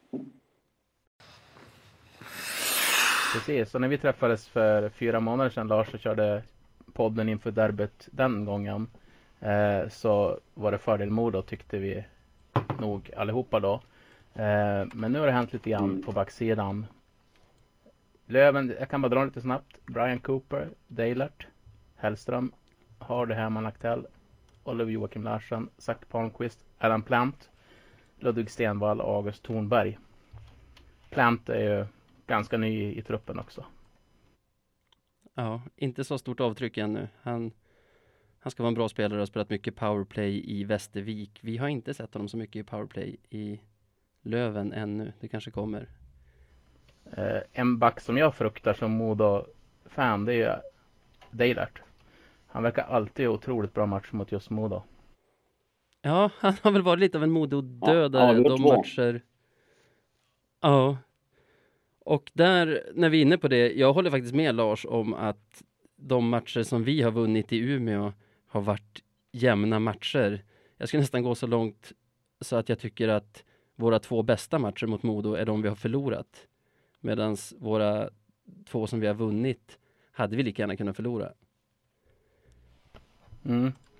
Precis, så när vi träffades för fyra månader sedan, Lars, och körde podden inför derbyt den gången, Eh, så var det fördel Modo, tyckte vi nog allihopa då. Eh, men nu har det hänt lite grann på backsidan. Löven, jag kan bara dra lite snabbt. Brian Cooper, Deilert, Hellström, Hardy Herman Aktell, Oliver Joakim Larsson, Zach Palmqvist, Alan Plant, Ludvig Stenvall och August Thornberg. Plant är ju ganska ny i, i truppen också. Ja, inte så stort avtryck ännu. Han Han ska vara en bra spelare och har spelat mycket powerplay i Västervik. Vi har inte sett honom så mycket i powerplay i Löven ännu. Det kanske kommer. Eh, en back som jag fruktar som Modo-fan, det är ju Deilert. Han verkar alltid otroligt bra match mot just Modo. Ja, han har väl varit lite av en Modo-dödare. Ja, de matcher. Ja. Och där, när vi är inne på det, jag håller faktiskt med Lars om att de matcher som vi har vunnit i Umeå har varit jämna matcher. Jag skulle nästan gå så långt så att jag tycker att våra två bästa matcher mot Modo är de vi har förlorat. Medan våra två som vi har vunnit hade vi lika gärna kunnat förlora. Mm.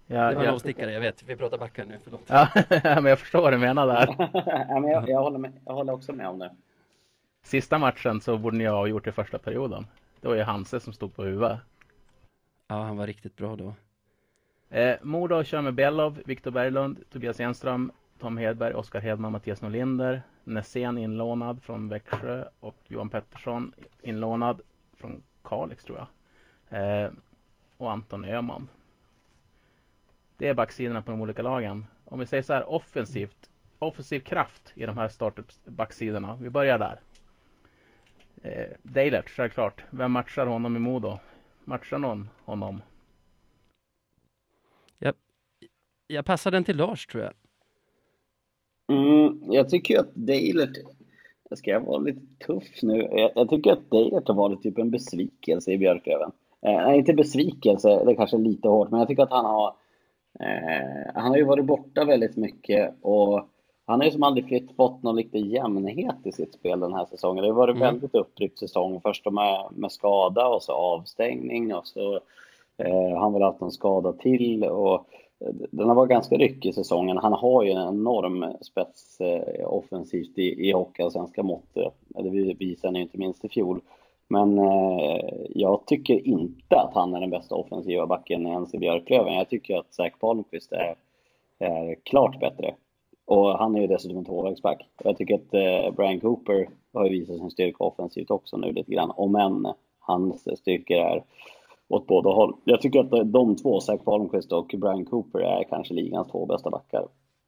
Ja, Det var ja. en avstickare, jag vet. Vi pratar backar nu, förlåt. Ja, men jag förstår vad du menar där. Ja, men jag, jag, håller med, jag håller också med om det. Sista matchen så borde ni ha gjort det första perioden. Det var ju Hanse som stod på huvudet. Ja, han var riktigt bra då. Eh, Modo kör med Bellov, Viktor Berglund, Tobias Enström, Tom Hedberg, Oskar Hedman, Mattias Norlinder, Nässén inlånad från Växjö och Johan Pettersson inlånad från Kalix tror jag. Eh, och Anton Öhman. Det är backsidorna på de olika lagen. Om vi säger så här, offensivt, offensiv kraft i de här startbacksidorna. Vi börjar där. Eh, Deilert, självklart. Vem matchar honom i Modo? Matchar någon honom? Jag, jag passar den till Lars, tror jag. Mm, jag tycker att Deilert, jag ska vara lite tuff nu, jag, jag tycker att Deilert har varit typ en besvikelse i Björklöven. Eh, nej, inte besvikelse, det är kanske lite hårt, men jag tycker att han har eh, han har ju varit borta väldigt mycket och han har ju som aldrig fritt fått någon riktig jämnhet i sitt spel den här säsongen. Det har varit Mm. väldigt uppryckt säsong, först med, med skada och så avstängning och så eh, han väl haft en skada till och den har varit ganska ryckig i säsongen. Han har ju en enorm spets eh, offensivt i, i hockeyallsvenska mått. Det visar han ju inte minst i fjol. Men eh, jag tycker inte att han är den bästa offensiva backen ens i Björklöven. Jag tycker att Zach Palmqvist är, är klart bättre. Och han är ju dessutom en tvåvägsback. Jag tycker att eh, Brian Cooper har ju visat sin styrka offensivt också nu lite grann. Om än hans styrkor är åt båda håll. Jag tycker att de två, Zach Palmqvist och Brian Cooper, är kanske ligans två bästa backar.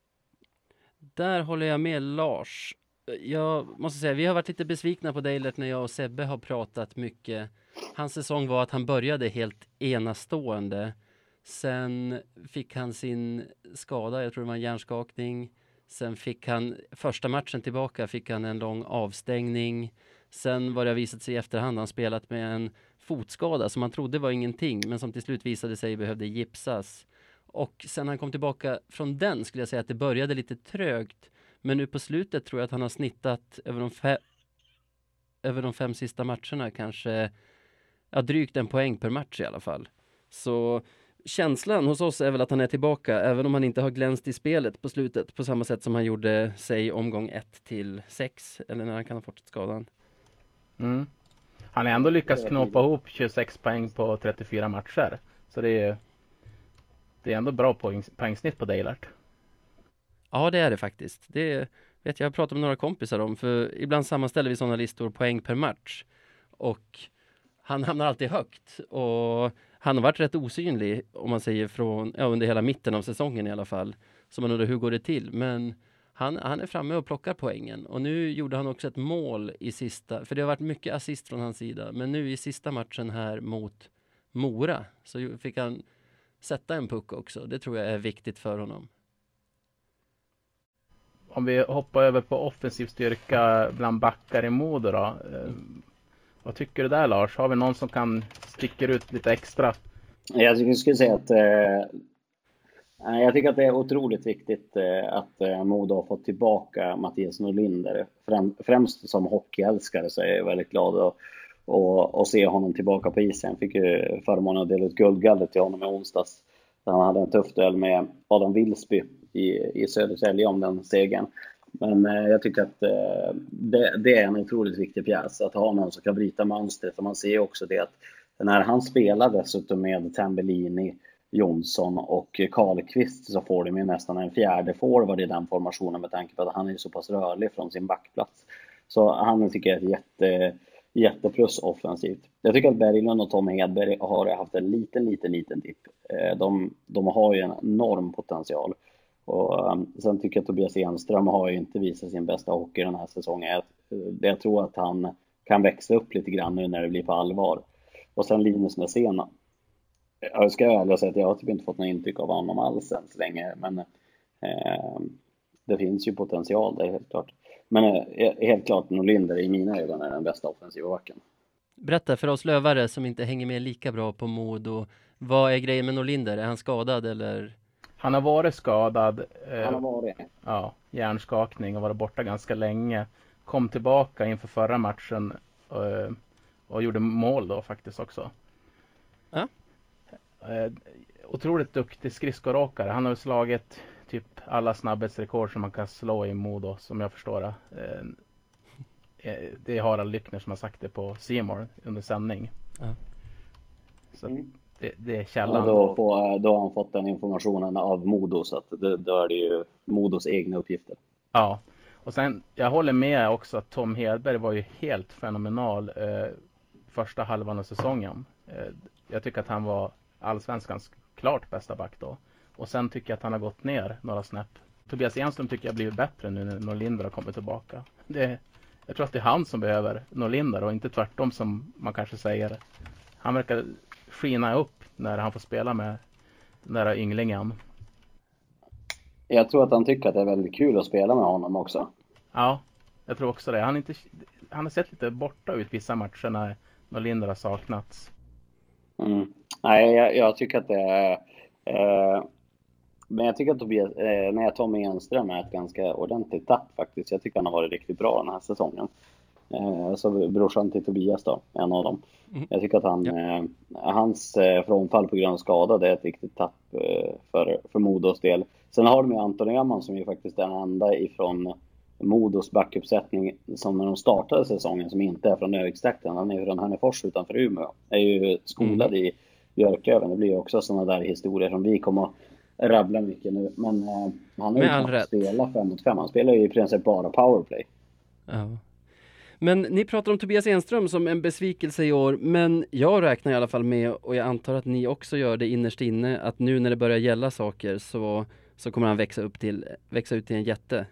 Där håller jag med Lars. Jag måste säga, vi har varit lite besvikna på Deilert när jag och Sebbe har pratat mycket. Hans säsong var att han började helt enastående. Sen fick han sin skada, jag tror det var en hjärnskakning. Sen fick han, första matchen tillbaka fick han en lång avstängning. Sen var det visat sig i efterhand, han spelat med en fotskada som man trodde var ingenting, men som till slut visade sig behövde gipsas. Och sen han kom tillbaka från den skulle jag säga att det började lite trögt. Men nu på slutet tror jag att han har snittat över de, fe- över de fem sista matcherna kanske ja, drygt en poäng per match i alla fall. Så känslan hos oss är väl att han är tillbaka, även om han inte har glänst i spelet på slutet på samma sätt som han gjorde sig omgång ett till sex, eller när han kan ha fått skadan. Mm. Han har ändå lyckats knåpa ihop tjugosex poäng på trettiofyra matcher. Så det är, det är ändå bra poäng, poängsnitt på Deilert. Ja, det är det faktiskt. Det vet jag, jag pratat med några kompisar om, för ibland sammanställer vi sådana listor poäng per match. Och han hamnar alltid högt. Och han har varit rätt osynlig, om man säger, från, ja, under hela mitten av säsongen i alla fall. Så man undrar hur går det till. Men han, han är framme och plockar poängen. Och nu gjorde han också ett mål i sista, för det har varit mycket assist från hans sida. Men nu i sista matchen här mot Mora så fick han sätta en puck också. Det tror jag är viktigt för honom. Om vi hoppar över på offensiv styrka bland backar i Modo då. Eh, vad tycker du där, Lars? Har vi någon som kan sticka ut lite extra? Jag skulle säga att eh, jag tycker att det är otroligt viktigt eh, att eh, Modo har fått tillbaka Mattias Norlinder. Främ, främst som hockeyälskare så är jag väldigt glad att och, och se honom tillbaka på isen. Jag fick ju förmånen att dela ut guldgallet till honom i onsdags. Han hade en tuff duell med Adam Wilsby i, i Södertälje om den segern. Men eh, jag tycker att eh, det, det är en otroligt viktig pjäs att ha någon som kan bryta mönstret. Och man ser också det att när han spelar dessutom med Tambellini, Jonsson och Karlqvist så får de ju nästan en fjärde forward i den formationen med tanke på att han är så pass rörlig från sin backplats. Så han tycker jag är ett jätte, jätteplus offensivt. Jag tycker att Berglund och Tom Hedberg har haft en liten, liten, liten dipp. De, de har ju en enorm potential. Och um, sen tycker jag att Tobias Enström har ju inte visat sin bästa hockey den här säsongen. Jag, jag tror att han kan växa upp lite grann nu när det blir på allvar. Och sen Linus Nässén. Jag ska ärligt säga att jag har typ inte fått något intryck av honom alls än så länge. Men eh, det finns ju potential där helt klart. Men eh, helt klart Norlinder i mina ögon är den bästa offensiva backen. Berätta för oss lövare som inte hänger med lika bra på Modo. Vad är grejen med Norlinder? Är han skadad eller? Han har varit skadad. Eh, Han har varit. Ja, hjärnskakning och varit borta ganska länge. Kom tillbaka inför förra matchen eh, och gjorde mål då faktiskt också. Ja. Eh, otroligt duktig skridskoråkare. Han har ju slagit typ alla snabbhetsrekord som man kan slå i Modo, som jag förstår det. Eh, det är Harald Lyckner som har sagt det på C More under sändning. Ja. Så Mm. det, det är källan. Ja, då, får, då har han fått den informationen av Modo, så att det, då är det ju Modos egna uppgifter. Ja, och sen jag håller med också att Tom Hedberg var ju helt fenomenal eh, första halvan av säsongen. Eh, jag tycker att han var allsvenskans klart bästa back då. Och sen tycker jag att han har gått ner några snäpp. Tobias Enström tycker jag har blivit bättre nu när Norlinder har kommit tillbaka. Det, jag tror att det är han som behöver Norlinder och inte tvärtom som man kanske säger. Han verkar skina upp när han får spela med den där ynglingen. Jag tror att han tycker att det är väldigt kul att spela med honom också. Ja, jag tror också det. Han, inte, han har sett lite borta ut vissa matcher när Norlinder har saknats. Mm. Nej, jag, jag tycker att det är... Eh, men jag tycker att Tobias, eh, när Tommy Enström är ett ganska ordentligt tapp faktiskt. Jag tycker han har varit riktigt bra den här säsongen. Eh, så brorsan till Tobias då, en av dem. Mm. Jag tycker att han, ja. eh, hans eh, frånfall på grund av skada, det är ett riktigt tapp eh, för, för Modos del. Sen har de ju Anton Öhman som ju faktiskt är den enda ifrån Modos backuppsättning som när de startade säsongen som inte är från Övikstrakten. Han är från Hörnefors utanför Umeå. Är ju skolad mm. i Björklöven. Det blir ju också sådana där historier som vi kommer att rabbla mycket nu. Men eh, han har ju knappt spelat fem mot fem. Han spelar ju i princip bara powerplay. Ja. Men ni pratar om Tobias Enström som en besvikelse i år. Men jag räknar i alla fall med, och jag antar att ni också gör det innerst inne, att nu när det börjar gälla saker så, så kommer han växa upp till, växa ut till en jätte.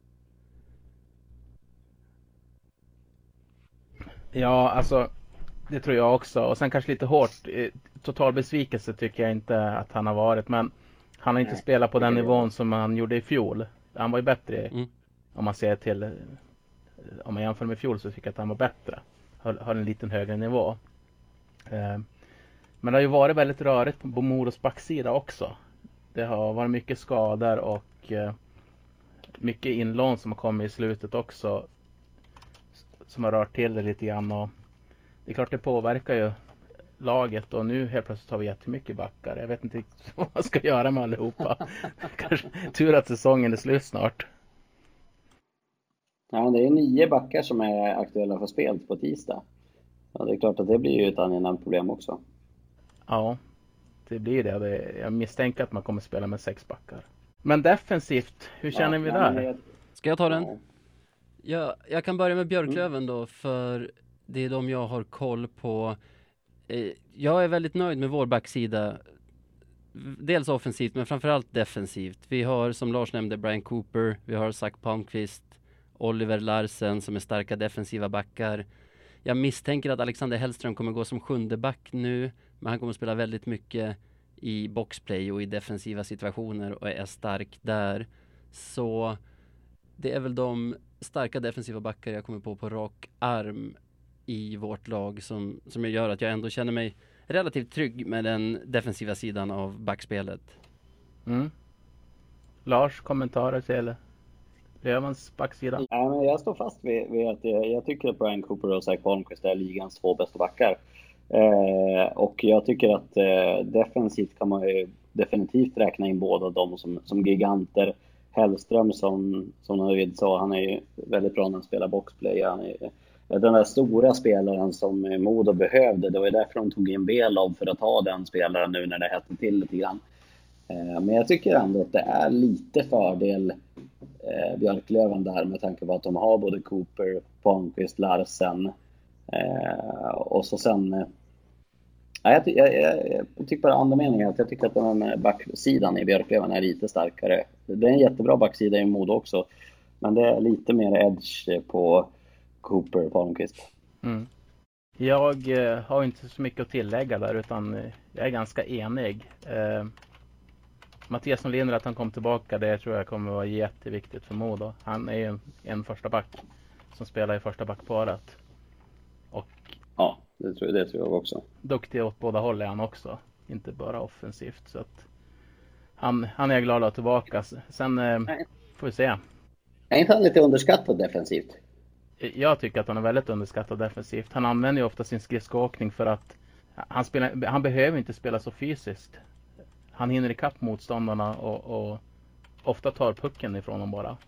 Ja, alltså det tror jag också. Och sen kanske lite hårt. Total besvikelse tycker jag inte att han har varit. Men han har inte Nej, spelat på den nivån som han gjorde i fjol. Han var ju bättre mm. om man ser till... Om man jämför med fjol så tycker jag att han var bättre. Har, har en liten högre nivå. Eh, men det har ju varit väldigt rörigt på Modos backsida också. Det har varit mycket skador och eh, mycket inlån som har kommit i slutet också. Som har rört till det lite grann. Och det är klart det påverkar ju laget. Och nu helt plötsligt har vi jättemycket backar. Jag vet inte vad man ska göra med allihopa. Kanske tur att säsongen är slut snart. Ja, det är nio backar som är aktuella för spel på tisdag. Ja, det är klart att det blir ju ett angenämt problem också. Ja, det blir det. det. Jag misstänker att man kommer spela med sex backar. Men defensivt, hur känner ja, vi där? Jag... Ska jag ta den? Ja, jag kan börja med Björklöven då, för det är de jag har koll på. Jag är väldigt nöjd med vår backsida. Dels offensivt, men framförallt defensivt. Vi har, som Lars nämnde, Brian Cooper. Vi har Zach Palmqvist, Oliver Larsen som är starka defensiva backar. Jag misstänker att Alexander Hellström kommer gå som sjunde back nu, men han kommer spela väldigt mycket i boxplay och i defensiva situationer och är stark där. Så det är väl de starka defensiva backar jag kommer på på rak arm i vårt lag som, som gör att jag ändå känner mig relativt trygg med den defensiva sidan av backspelet. Mm. Lars, kommentarer till Lövens backsida? Ja, men jag står fast vid, vid att jag, jag tycker att Brian Cooper och Zach Palmqvist är ligans två bästa backar. Eh, och jag tycker att eh, defensivt kan man ju definitivt räkna in båda dem som, som giganter. Hellström som, som Navid sa, han är ju väldigt bra när han spelar boxplay. Han är den där stora spelaren som Modo behövde. Det var därför de tog in Belov, för att ha den spelaren nu när det hette till lite grann. Eh, men jag tycker ändå att det är lite fördel eh, Björklöven där, med tanke på att de har både Cooper, Palmqvist, Larsen eh, och så sen eh, jag, jag, jag, jag tycker bara andra meningen att jag tycker att den backsidan i Björklöven är lite starkare. Det är en jättebra backsida i Modo också, men det är lite mer edge på Cooper och Palmqvist. Mm. Jag eh, har inte så mycket att tillägga där, utan eh, jag är ganska enig. Eh, Mattias Norlinder, att han kom tillbaka, det tror jag kommer vara jätteviktigt för Modo. Han är ju en, en första back som spelar i första backparet. Och ja, det tror, det tror jag också. Duktig åt båda håll är han också, inte bara offensivt. Så att han, han är glad att vara tillbaka. Sen eh, får vi se. Är inte han lite underskattad defensivt? Jag tycker att han är väldigt underskattad defensivt. Han använder ju ofta sin skridskoåkning för att han, spelar, han behöver inte spela så fysiskt. han hinner ikapp motståndarna och, och ofta tar pucken ifrån dem bara.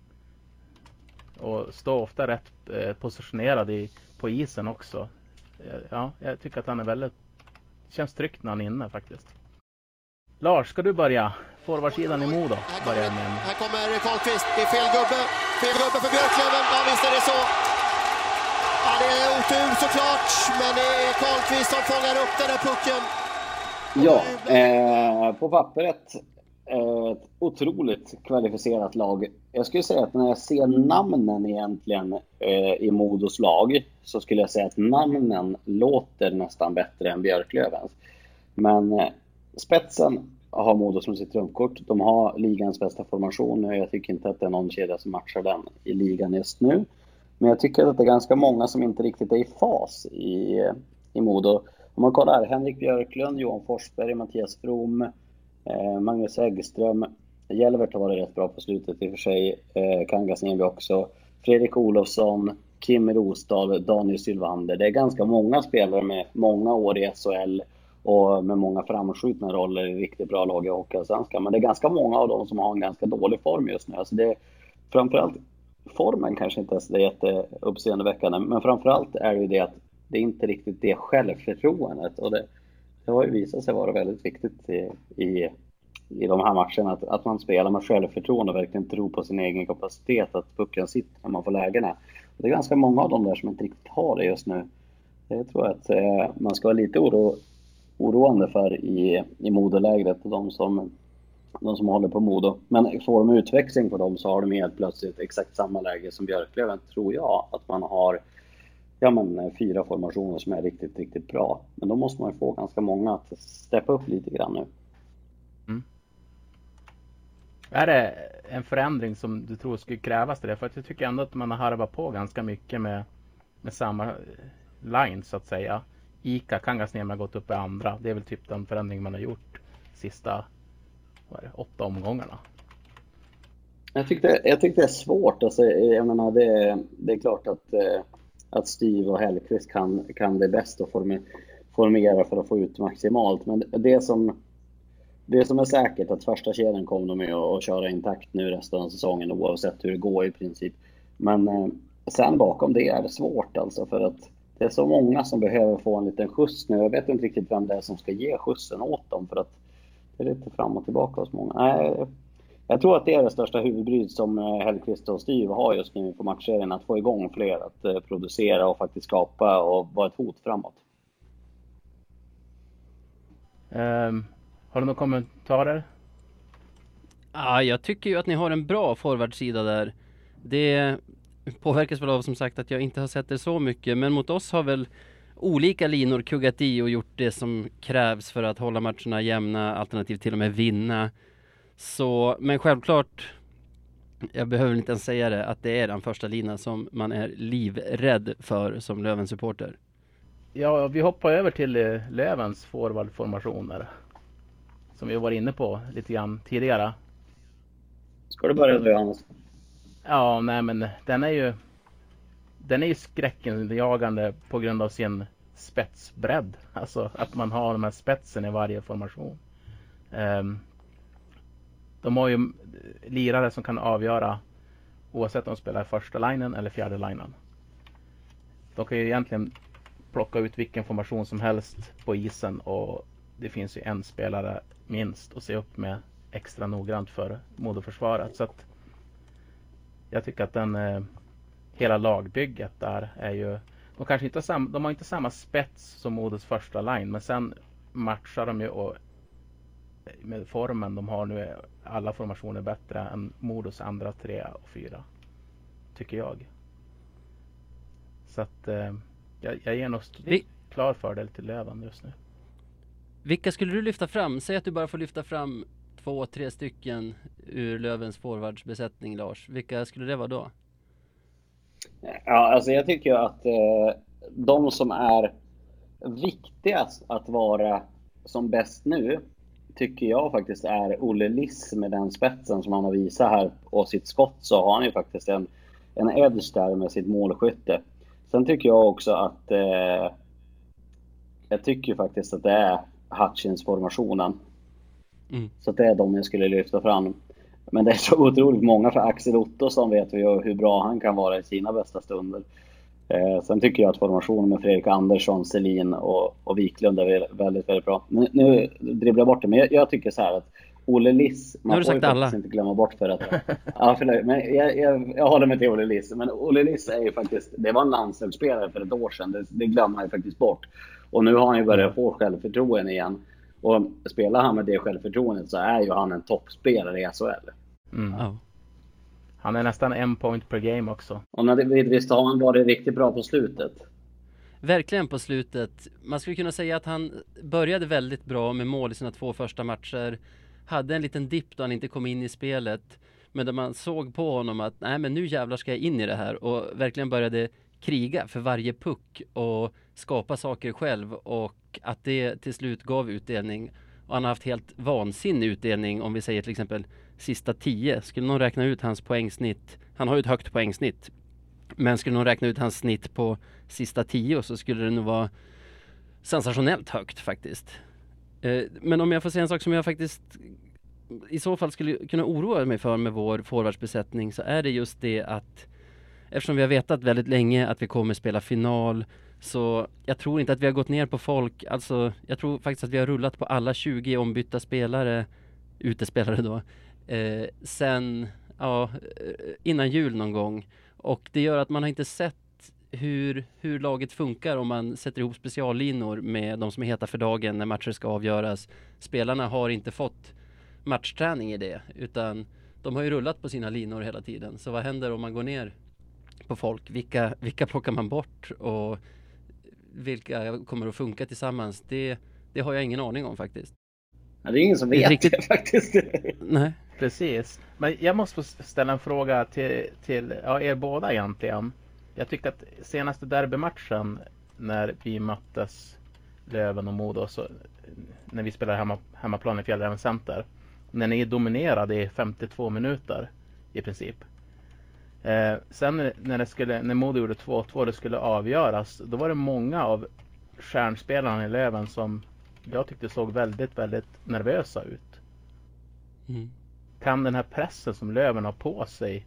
Och står ofta rätt eh, positionerad i, på isen också. Ja, jag tycker att han är väldigt... Känns tryggt när han är inne faktiskt. Lars, ska du börja? Forwardsidan i Modo. Här Börjar kommer, med en... här kommer Karlqvist. Det är fel gubbe. Fel gubbe för Björklöven. Ja, visst är det så. Ja, det är otur såklart. Men det är Karlqvist som fångar upp den där pucken. Ja, eh, på pappret eh, ett otroligt kvalificerat lag. Jag skulle säga att när jag ser namnen egentligen eh, i Modos lag, så skulle jag säga att namnen låter nästan bättre än Björklövens. Men eh, spetsen har Modo som sitt trumfkort. De har ligans bästa formation. Jag tycker inte att det är någon kedja som matchar den i ligan just nu. Men jag tycker att det är ganska många som inte riktigt är i fas i, i Modo. Om man kollar här, Henrik Björklund, Johan Forsberg, Mattias From, eh, Magnus Häggström, Jelvert har varit rätt bra på slutet i och för sig, eh, Kangasniemi också, Fredrik Olofsson, Kim Rosdahl, Daniel Sylvander. Det är ganska många spelare med många år i S H L och med många framskjutna roller i riktigt bra lag i Hockeyallsvenskan. Men det är ganska många av dem som har en ganska dålig form just nu. Alltså det är framförallt formen kanske inte är jätteuppseendeväckande, men framförallt är det ju det att det är inte riktigt det självförtroendet, och det, det har ju visat sig vara väldigt viktigt i, i, i de här matcherna, att, att man spelar med självförtroende och verkligen tror på sin egen kapacitet, att pucken sitter när man får lägena. Och det är ganska många av dem där som inte riktigt har det just nu. Jag tror att eh, man ska vara lite oro, oroande för i, i Modolägret, de som, de som håller på Modo. Men får de utväxling på dem så har de helt plötsligt exakt samma läge som Björklöven, tror jag, att man har ja, men, fyra formationer som är riktigt, riktigt bra. Men då måste man ju få ganska många att steppa upp lite grann nu. Mm. Är det en förändring som du tror skulle krävas till det? För att jag tycker ändå att man har harvat på ganska mycket med, med samma line så att säga. Ika, Kangasniemi har gått upp i andra. Det är väl typ den förändring man har gjort sista vad är det, åtta omgångarna. Jag tyckte, jag tyckte det är svårt. Alltså, jag menar, det, det är klart att, att Steve och Hellqvist kan, kan det bäst och formera för att få ut maximalt. Men det som, det som är säkert att första kedjan kommer de med att köra intakt nu resten av säsongen oavsett hur det går i princip. Men sen bakom det är det svårt alltså, för att det är så många som behöver få en liten skjuts nu. Jag vet inte riktigt vem det är som ska ge skjutsen åt dem, för att det är lite fram och tillbaka hos många. Nej, jag tror att det är det största huvudbryt som Hellqvist och Steve har just nu på matchserien, att få igång fler, att producera och faktiskt skapa och vara ett hot framåt. Um, har du några kommentarer? Ja, jag tycker ju att ni har en bra forwardsida där. Det påverkas väl av som sagt att jag inte har sett det så mycket, men mot oss har väl olika linor kuggat i och gjort det som krävs för att hålla matcherna jämna, alternativt till och med vinna. Så, men självklart, jag behöver inte ens säga det, att det är den första linan som man är livrädd för som Lövens supporter. Ja, vi hoppar över till Lövens forwardformationer som vi var inne på lite grann tidigare. Ska du börja då, Johannes? Ja, nej men den är ju den är ju skräckenjagande på grund av sin spetsbredd. Alltså att man har de här spetsen i varje formation. Um, de har ju lirare som kan avgöra oavsett om de spelar första linjen eller fjärde linjen. De kan ju egentligen plocka ut vilken formation som helst på isen, och det finns ju en spelare minst att se upp med extra noggrant för Modoförsvaret. Så att jag tycker att den eh, hela lagbygget där är ju, de kanske inte har samma, de har inte samma spets som Modos första line, men sen matchar de ju, och med formen de har nu är alla formationer bättre än Modos andra tre och fyra, tycker jag. Så att eh, jag, jag ger nog Vi... klar fördel till Löven just nu. Vilka skulle du lyfta fram? Säg att du bara får lyfta fram två, tre stycken ur Lövens forwardsbesättning, Lars. Vilka skulle det vara då? Ja, alltså jag tycker ju att eh, de som är viktigast att vara som bäst nu, tycker jag faktiskt är Olle Liss med den spetsen som han har visat här, och sitt skott, så har han ju faktiskt en, en edge där med sitt målskytte. Sen tycker jag också att eh, jag tycker faktiskt att det är Hutchins-formationen. Mm. Så att det är de jag skulle lyfta fram. Men det är så otroligt många, för Axel Ottosson vet vi ju hur bra han kan vara i sina bästa stunder. Eh, sen tycker jag att formationen med Fredrik Andersson, Selin och, och Wiklund är väldigt, väldigt bra. Nu, nu dribblar jag bort det, men jag, jag tycker så här att Olle Liss, man får ju faktiskt alla. inte glömma bort för att ja, förlåt, men jag, jag, jag håller mig till Olle Liss. Men Olle Liss är ju faktiskt, det var en landslagsspelare för ett år sedan, det, det glömmer man ju faktiskt bort. Och nu har han ju börjat få självförtroende igen. Och spelar han med det självförtroendet så är ju han en toppspelare i S H L. Mm. Oh. Han är nästan en point per game också. Och när det, visst har han varit riktigt bra på slutet. Verkligen på slutet. Man skulle kunna säga att han började väldigt bra med mål i sina två första matcher. Hade en liten dipp då han inte kom in i spelet. Men där man såg på honom att nej, men nu jävlar ska jag in i det här. Och verkligen började kriga för varje puck och skapa saker själv. Och att det till slut gav utdelning. Och han har haft helt vansinnig utdelning om vi säger till exempel sista tio. Skulle någon räkna ut hans poängsnitt. Han har ju ett högt poängsnitt. Men skulle någon räkna ut hans snitt på sista tio så skulle det nog vara sensationellt högt faktiskt. Eh, men om jag får säga en sak som jag faktiskt i så fall skulle kunna oroa mig för med vår forwardsbesättning, så är det just det att eftersom vi har vetat väldigt länge att vi kommer spela final, så jag tror inte att vi har gått ner på folk. Alltså jag tror faktiskt att vi har rullat på alla tjugo ombytta spelare, utespelare då, eh, sen ja, innan jul någon gång. Och det gör att man har inte sett hur, hur laget funkar om man sätter ihop speciallinor med de som är heta för dagen när matcher ska avgöras. Spelarna har inte fått matchträning i det, utan de har ju rullat på sina linor hela tiden. Så vad händer om man går ner på folk? Vilka, vilka plockar man bort och vilka kommer att funka tillsammans? Det, det har jag ingen aning om faktiskt. Ja, det är ingen som vet riktigt... det faktiskt. Nej, precis. Men jag måste få ställa en fråga till, till ja, er båda egentligen. Jag tycker att senaste derbymatchen när vi möttes, Löven och Modo, så, när vi spelade hemma, hemmaplan i Fjällräven Center, när ni dominerade i femtiotvå minuter i princip. Eh, sen när, det skulle, när Modo gjorde två två, det skulle avgöras, då var det många av stjärnspelarna i Löven som jag tyckte såg väldigt, väldigt nervösa ut. Mm. Kan den här pressen som Löven har på sig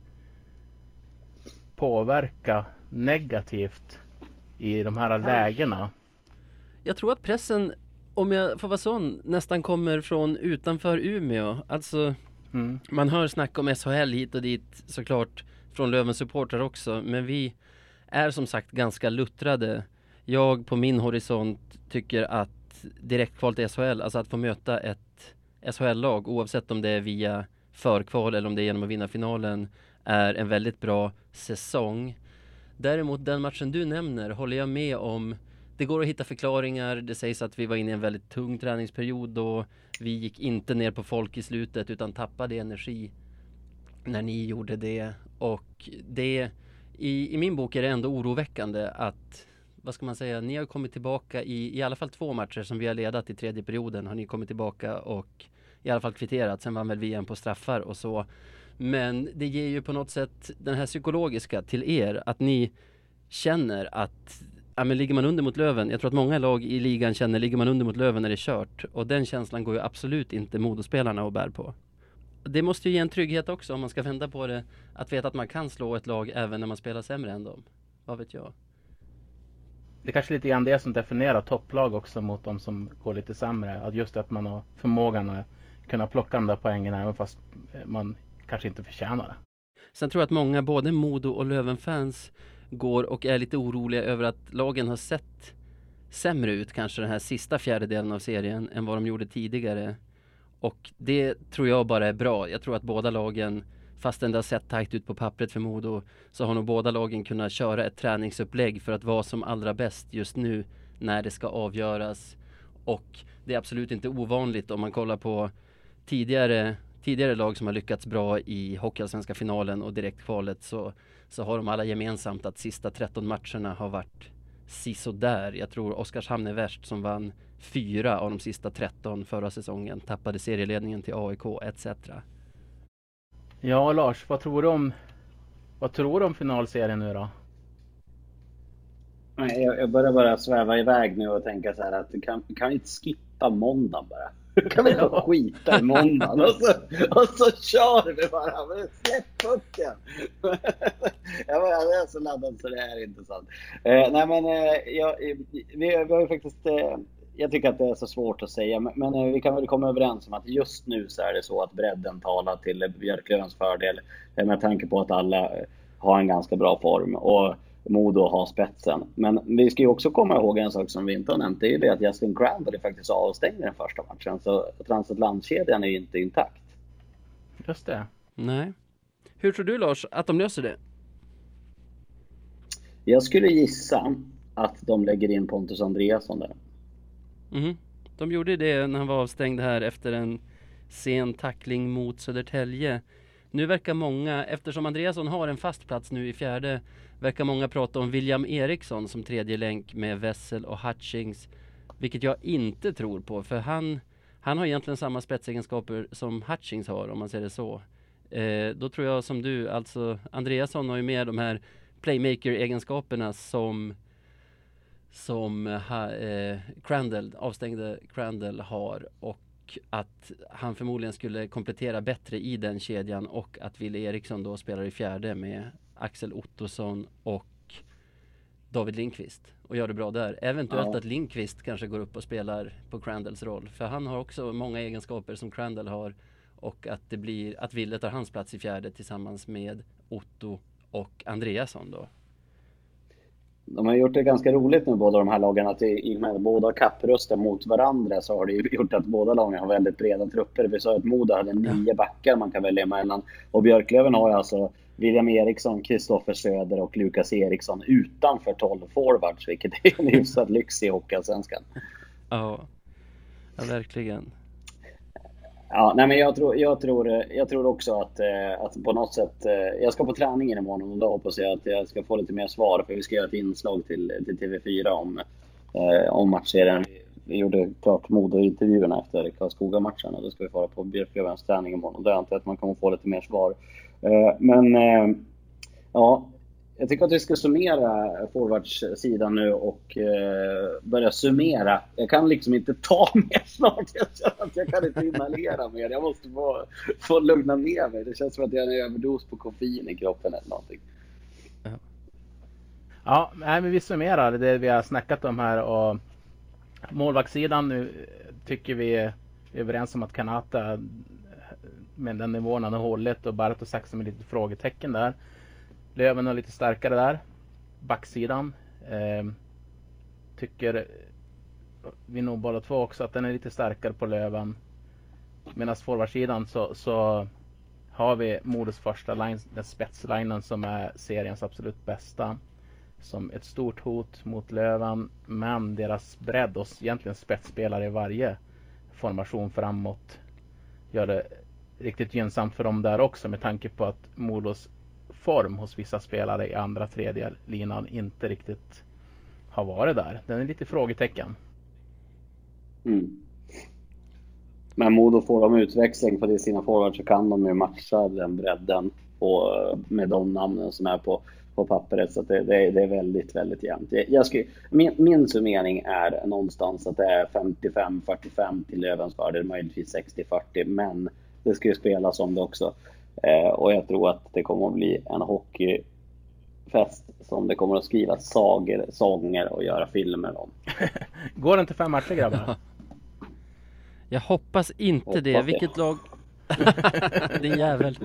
påverka negativt i de här lägena? Jag tror att pressen, om jag får vara sån, nästan kommer från utanför Umeå. Alltså, mm. man hör snack om S H L hit och dit, såklart från Lövens supportrar också. Men vi är som sagt ganska luttrade. Jag på min horisont tycker att direktkval till S H L, alltså att få möta ett S H L-lag, oavsett om det är via förkval eller om det är genom att vinna finalen, är en väldigt bra säsong. Däremot den matchen du nämner håller jag med om. Det går att hitta förklaringar. Det sägs att vi var inne i en väldigt tung träningsperiod och vi gick inte ner på folk i slutet utan tappade energi när ni gjorde det. Och det, i, i min bok är det ändå oroväckande att, vad ska man säga, ni har kommit tillbaka i, i alla fall två matcher som vi har ledat i tredje perioden, har ni kommit tillbaka och i alla fall kvitterat. Sen vann väl vi en på straffar och så. Men det ger ju på något sätt den här psykologiska till er, att ni känner att ja, men ligger man under mot Löven, jag tror att många lag i ligan känner, ligger man under mot Löven är det kört. Och den känslan går ju absolut inte Modospelarna och bär på. Det måste ju ge en trygghet också om man ska vända på det, att veta att man kan slå ett lag även när man spelar sämre än dem. Vad vet jag? Det är kanske lite grann det som definierar topplag också mot de som går lite sämre. Att just att man har förmågan att kunna plocka de där poängen även fast man kanske inte förtjänar det. Sen tror jag att många, både Modo och Löven-fans, går och är lite oroliga över att lagen har sett sämre ut kanske den här sista fjärdedelen av serien än vad de gjorde tidigare. Och det tror jag bara är bra. Jag tror att båda lagen, fastän det har sett tajt ut på pappret för Modo, så har nog båda lagen kunnat köra ett träningsupplägg för att vara som allra bäst just nu när det ska avgöras. Och det är absolut inte ovanligt om man kollar på tidigare tidigare lag som har lyckats bra i Hockeyallsvenska finalen och direktkvalet, så, så har de alla gemensamt att sista tretton matcherna har varit sisådär. Jag tror Oskarshamn är värst som vann fyra av de sista tretton förra säsongen, tappade serieledningen till A I K et cetera. Ja, Lars, vad tror du om vad tror du om finalserien nu då? Jag, jag börjar bara sväva iväg nu och tänka så här att kan, kan vi inte skippa måndag bara? Kan vi inte skita i måndagen och så, och så kör vi bara. Men släpp pucken. Jag är så laddad så det är intressant. Eh, nej men eh, jag, vi, vi har ju faktiskt... Eh, jag tycker att det är så svårt att säga. Men, men eh, vi kan väl komma överens om att just nu så är det så att bredden talar till Björklövens fördel. Eh, med tanke på att alla har en ganska bra form. Och Modo har spetsen. Men vi ska ju också komma ihåg en sak som vi inte har nämnt. Det är ju det att Justin Crandall är faktiskt avstängd i den första matchen. Så transatlantskedjan är ju inte intakt. Just det. Nej. Hur tror du, Lars, att de löser det? Jag skulle gissa att de lägger in Pontus Andreasson där. Mm. De gjorde det när han var avstängd här efter en sen tackling mot Södertälje. Nu verkar många, eftersom Andreasson har en fast plats nu i fjärde, verkar många prata om William Eriksson som tredje länk med Wessel och Hutchings, vilket jag inte tror på, för han, han har egentligen samma spetsegenskaper som Hutchings har, om man säger det så. Eh, då tror jag som du, alltså Andreasson har ju med de här playmaker-egenskaperna som som ha, eh, Crandall, avstängde Crandall har, och att han förmodligen skulle komplettera bättre i den kedjan, och att Wille Eriksson då spelar i fjärde med Axel Ottosson och David Lindqvist och gör det bra där. Eventuellt ja. Att Lindqvist kanske går upp och spelar på Crandalls roll, för han har också många egenskaper som Crandall har, och att det blir att Wille tar hans plats i fjärde tillsammans med Otto och Andreasson då. De har gjort det ganska roligt nu, båda de här lagarna, att i och med båda kappröster mot varandra så har det gjort att båda lagen har väldigt breda trupper. Vi sa att Modo hade nio backar man kan välja mellan, och Björklöven har ju alltså William Eriksson, Kristoffer Söder och Lukas Eriksson utanför tolv forwards, vilket är en hyfsad lyx i Hockeyallsvenskan. Ja, ja verkligen. Ja, nej men jag tror, jag tror, jag tror också att, att på något sätt, jag ska på träningen imorgon och då hoppas jag att jag ska få lite mer svar, för vi ska göra ett inslag till, till T V fyra om, om matchserien. Vi gjorde klart Modo-intervjuerna efter Karlskoga-matchen, och då ska vi fara på Björklövens träning imorgon, och då antar jag att man kommer få lite mer svar. Men ja, jag tycker att vi ska summera forwardssidan nu och eh, börja summera. Jag kan liksom inte ta mer snart. Jag känner att jag kan inte inhalera mer. Jag måste få, få lugna ner mig. Det känns som att jag har en överdos på koffein i kroppen eller någonting. Ja, nej, men vi summerar det vi har snackat om här. Och målvaktssidan nu tycker vi är överens om att Kanata med den nivån han har hållit, och Bartosz Saxon med lite frågetecken där. Löven är lite starkare där. Backsidan eh, tycker vi nog båda två också att den är lite starkare på Löven. Medan forwardsidan så, så har vi Modos första line, den spetslinen som är seriens absolut bästa. Som ett stort hot mot Löven, men deras bredd och egentligen spetsspelare i varje formation framåt gör det riktigt gynnsamt för dem där också, med tanke på att Modos form hos vissa spelare i andra tredje linan inte riktigt har varit där. Den är lite frågetecken. Mm. Men Modo får de utväxling på det sina forwards, så kan de ju matcha den bredden på, med de namnen som är på, på pappret. Så att det, det, det är väldigt, väldigt jämnt. Jag, jag skulle, min, min summering är någonstans att det är femtiofem fyrtiofem till Lövens fördel, möjligtvis sextio fyrtio, men det ska ju spelas om det också. Eh, och jag tror att det kommer att bli en hockeyfest som det kommer att skrivas sagor, sånger och göra filmer om. Går det inte fem matcher, grabbar? Jag hoppas inte hoppas det. det. Vilket lag? Din jävel.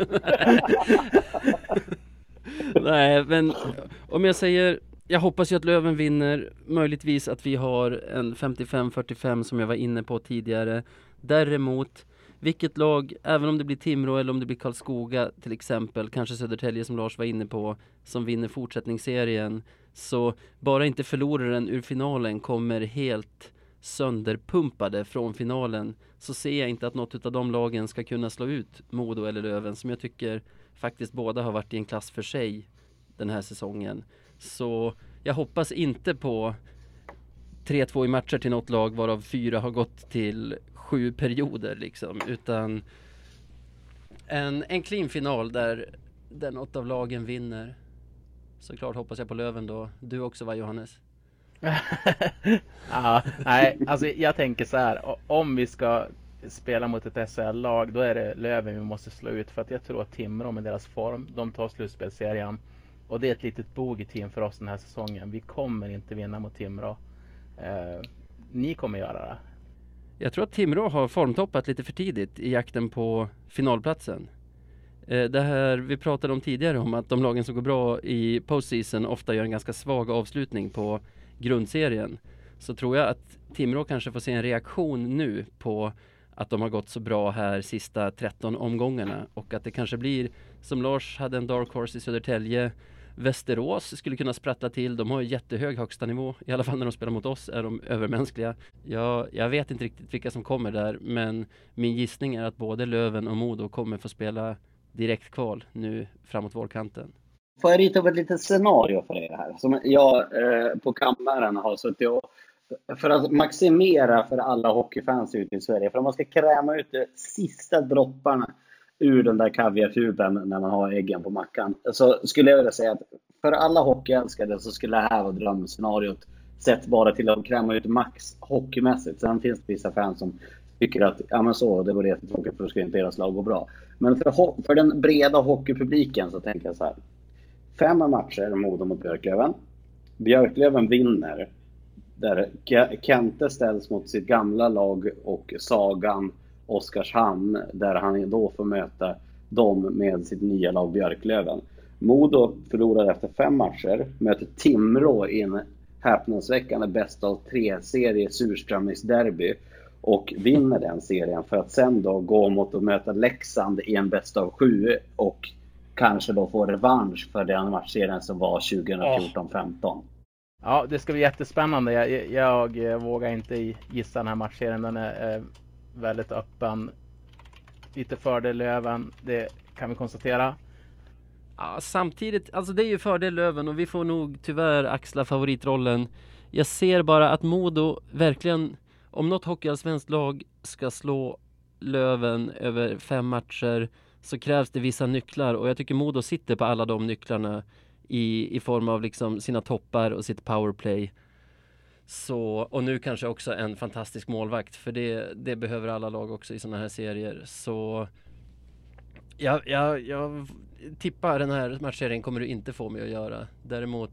Nej, men om jag säger, jag hoppas ju att Löven vinner. Möjligtvis att vi har en femtiofem fyrtiofem som jag var inne på tidigare. Däremot, vilket lag, även om det blir Timrå eller om det blir Karlskoga till exempel, kanske Södertälje som Lars var inne på, som vinner fortsättningsserien, så bara inte förloraren ur finalen kommer helt sönderpumpade från finalen, så ser jag inte att något av de lagen ska kunna slå ut Modo eller Löven, som jag tycker faktiskt båda har varit i en klass för sig den här säsongen. Så jag hoppas inte på tre två i matcher till något lag, varav fyra har gått till sju perioder liksom, utan en, en clean final där, där något av lagen vinner. Såklart hoppas jag på Löven då. Du också, va, Johannes? Ja, nej, alltså jag tänker så här, om vi ska spelar mot ett S H L-lag, då är det Löven vi måste slå ut. För att jag tror att Timrå med deras form, de tar slutspelserien. Och det är ett litet bogey-team för oss den här säsongen. Vi kommer inte vinna mot Timrå. Eh, ni kommer göra det. Jag tror att Timrå har formtoppat lite för tidigt i jakten på finalplatsen. Eh, det här vi pratade om tidigare om att de lagen som går bra i postseason ofta gör en ganska svag avslutning på grundserien. Så tror jag att Timrå kanske får se en reaktion nu på att de har gått så bra här sista tretton omgångarna. Och att det kanske blir, som Lars hade en dark horse i Södertälje, Västerås skulle kunna sprattla till. De har jättehög högsta nivå. I alla fall när de spelar mot oss är de övermänskliga. Jag, jag vet inte riktigt vilka som kommer där. Men min gissning är att både Löven och Modo kommer få spela direkt kval nu framåt vårkanten. Får jag rita upp ett litet scenario för er här? Som jag eh, på kammaren har suttit och för att maximera för alla hockeyfans ute i Sverige. För att man ska kräma ut de sista dropparna ur den där kaviartuben när man har äggen på mackan. Så skulle jag vilja säga att för alla hockeyälskare så skulle det här vara drömscenariot. Sett bara till att kräma ut max hockeymässigt. Sen finns det vissa fans som tycker att ja men så, det går jättetråkigt för att ska inte deras lag gå bra. Men för, för den breda hockeypubliken så tänker jag så här. Fem matcher Modo mot Björklöven. Björklöven vinner. Där Kente ställs mot sitt gamla lag och Sagan Oskarshamn, där han då får möta dem med sitt nya lag Björklöven. Modo förlorar efter fem matcher, möter Timrå i en häpnadsväckande bäst av tre-serie surströmmingsderby och vinner den serien för att sen då gå mot att möta Leksand i en bäst av sju och kanske då få revansch för den matchserien som var tjugohundrafjorton femton. Ja, det ska bli jättespännande. Jag, jag, jag vågar inte gissa den här matchserien. Den är eh, väldigt öppen. Lite fördel Löven, det kan vi konstatera. Ja, samtidigt, alltså det är ju fördel Löven och vi får nog tyvärr axla favoritrollen. Jag ser bara att Modo verkligen, om något hockeyallsvenskt lag ska slå Löven över fem matcher så krävs det vissa nycklar och jag tycker Modo sitter på alla de nycklarna i, i form av liksom sina toppar och sitt powerplay. Så, och nu kanske också en fantastisk målvakt, för det, det behöver alla lag också i såna här serier. Så jag, jag, jag tippar den här matchserien kommer du inte få mig att göra. Däremot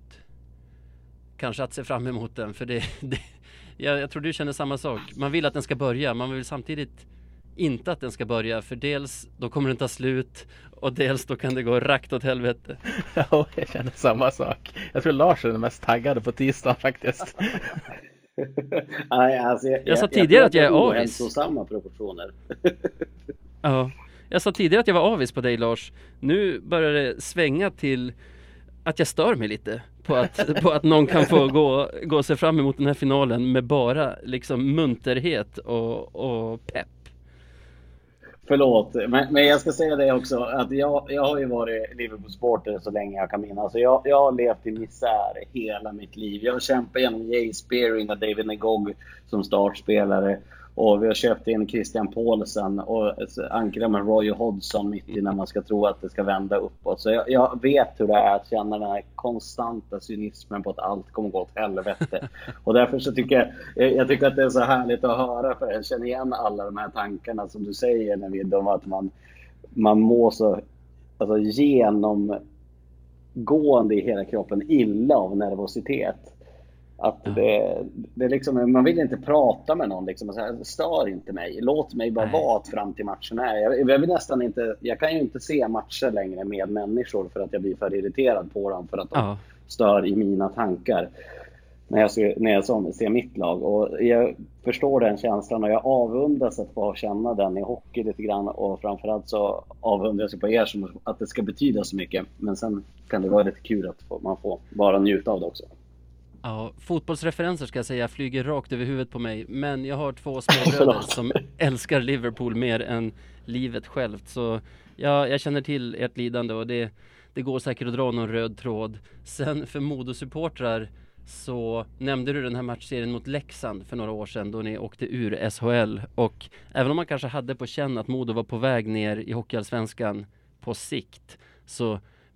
kanske att se fram emot den, för det, det jag, jag tror du känner samma sak. Man vill att den ska börja, man vill samtidigt inte att den ska börja, för dels då kommer den ta slut och dels då kan det gå rakt åt helvete. Ja, jag känner samma sak. Jag tror Lars är den mest taggade på tisdag faktiskt. Nej, alltså, jag, jag sa jag, tidigare jag att jag är avis. Så samma proportioner. Ja, jag sa tidigare att jag var avis på dig Lars. Nu börjar det svänga till att jag stör mig lite på att, på att någon kan få gå, gå sig fram emot den här finalen med bara liksom munterhet och, och pepp. Förlåt, men, men jag ska säga det också att jag, jag har ju varit Liverpool-supporter så länge jag kan minnas. Så jag, jag har levt i misär hela mitt liv. Jag har kämpat genom Jay Spearing och David Ngog som startspelare. Och vi har köpt in Christian Paulsen och ankrar med Roy Hodgson mitt i när man ska tro att det ska vända uppåt. Så jag, jag vet hur det är att känna den här konstanta cynismen på att allt kommer gå åt helvete. Och därför så tycker jag, jag tycker att det är så härligt att höra, för jag känner igen alla de här tankarna som du säger när vi de att man, man mår så alltså, genomgående i hela kroppen illa av nervositet. Att det, det liksom, man vill inte prata med någon liksom, så här, stör inte mig, låt mig bara vara fram till matchen här. Jag, jag vill nästan inte, jag kan ju inte se matcher längre med människor för att jag blir för irriterad på dem för att de ja. stör i mina tankar när jag, ser, när jag ser mitt lag. Och jag förstår den känslan och jag avundas att få känna den i hockey lite grann, och framförallt så avundas jag på er som att det ska betyda så mycket, men sen kan det vara lite kul att få, man får bara njuta av det också. Ja, fotbollsreferenser ska jag säga flyger rakt över huvudet på mig. Men jag har två småbröder som älskar Liverpool mer än livet självt. Så ja, jag känner till ert lidande och det, det går säkert att dra någon röd tråd. Sen för Modo-supportrar så nämnde du den här matchserien mot Leksand för några år sedan då ni åkte ur S H L. Och även om man kanske hade på känn att Modo var på väg ner i hockeyallsvenskan på sikt, så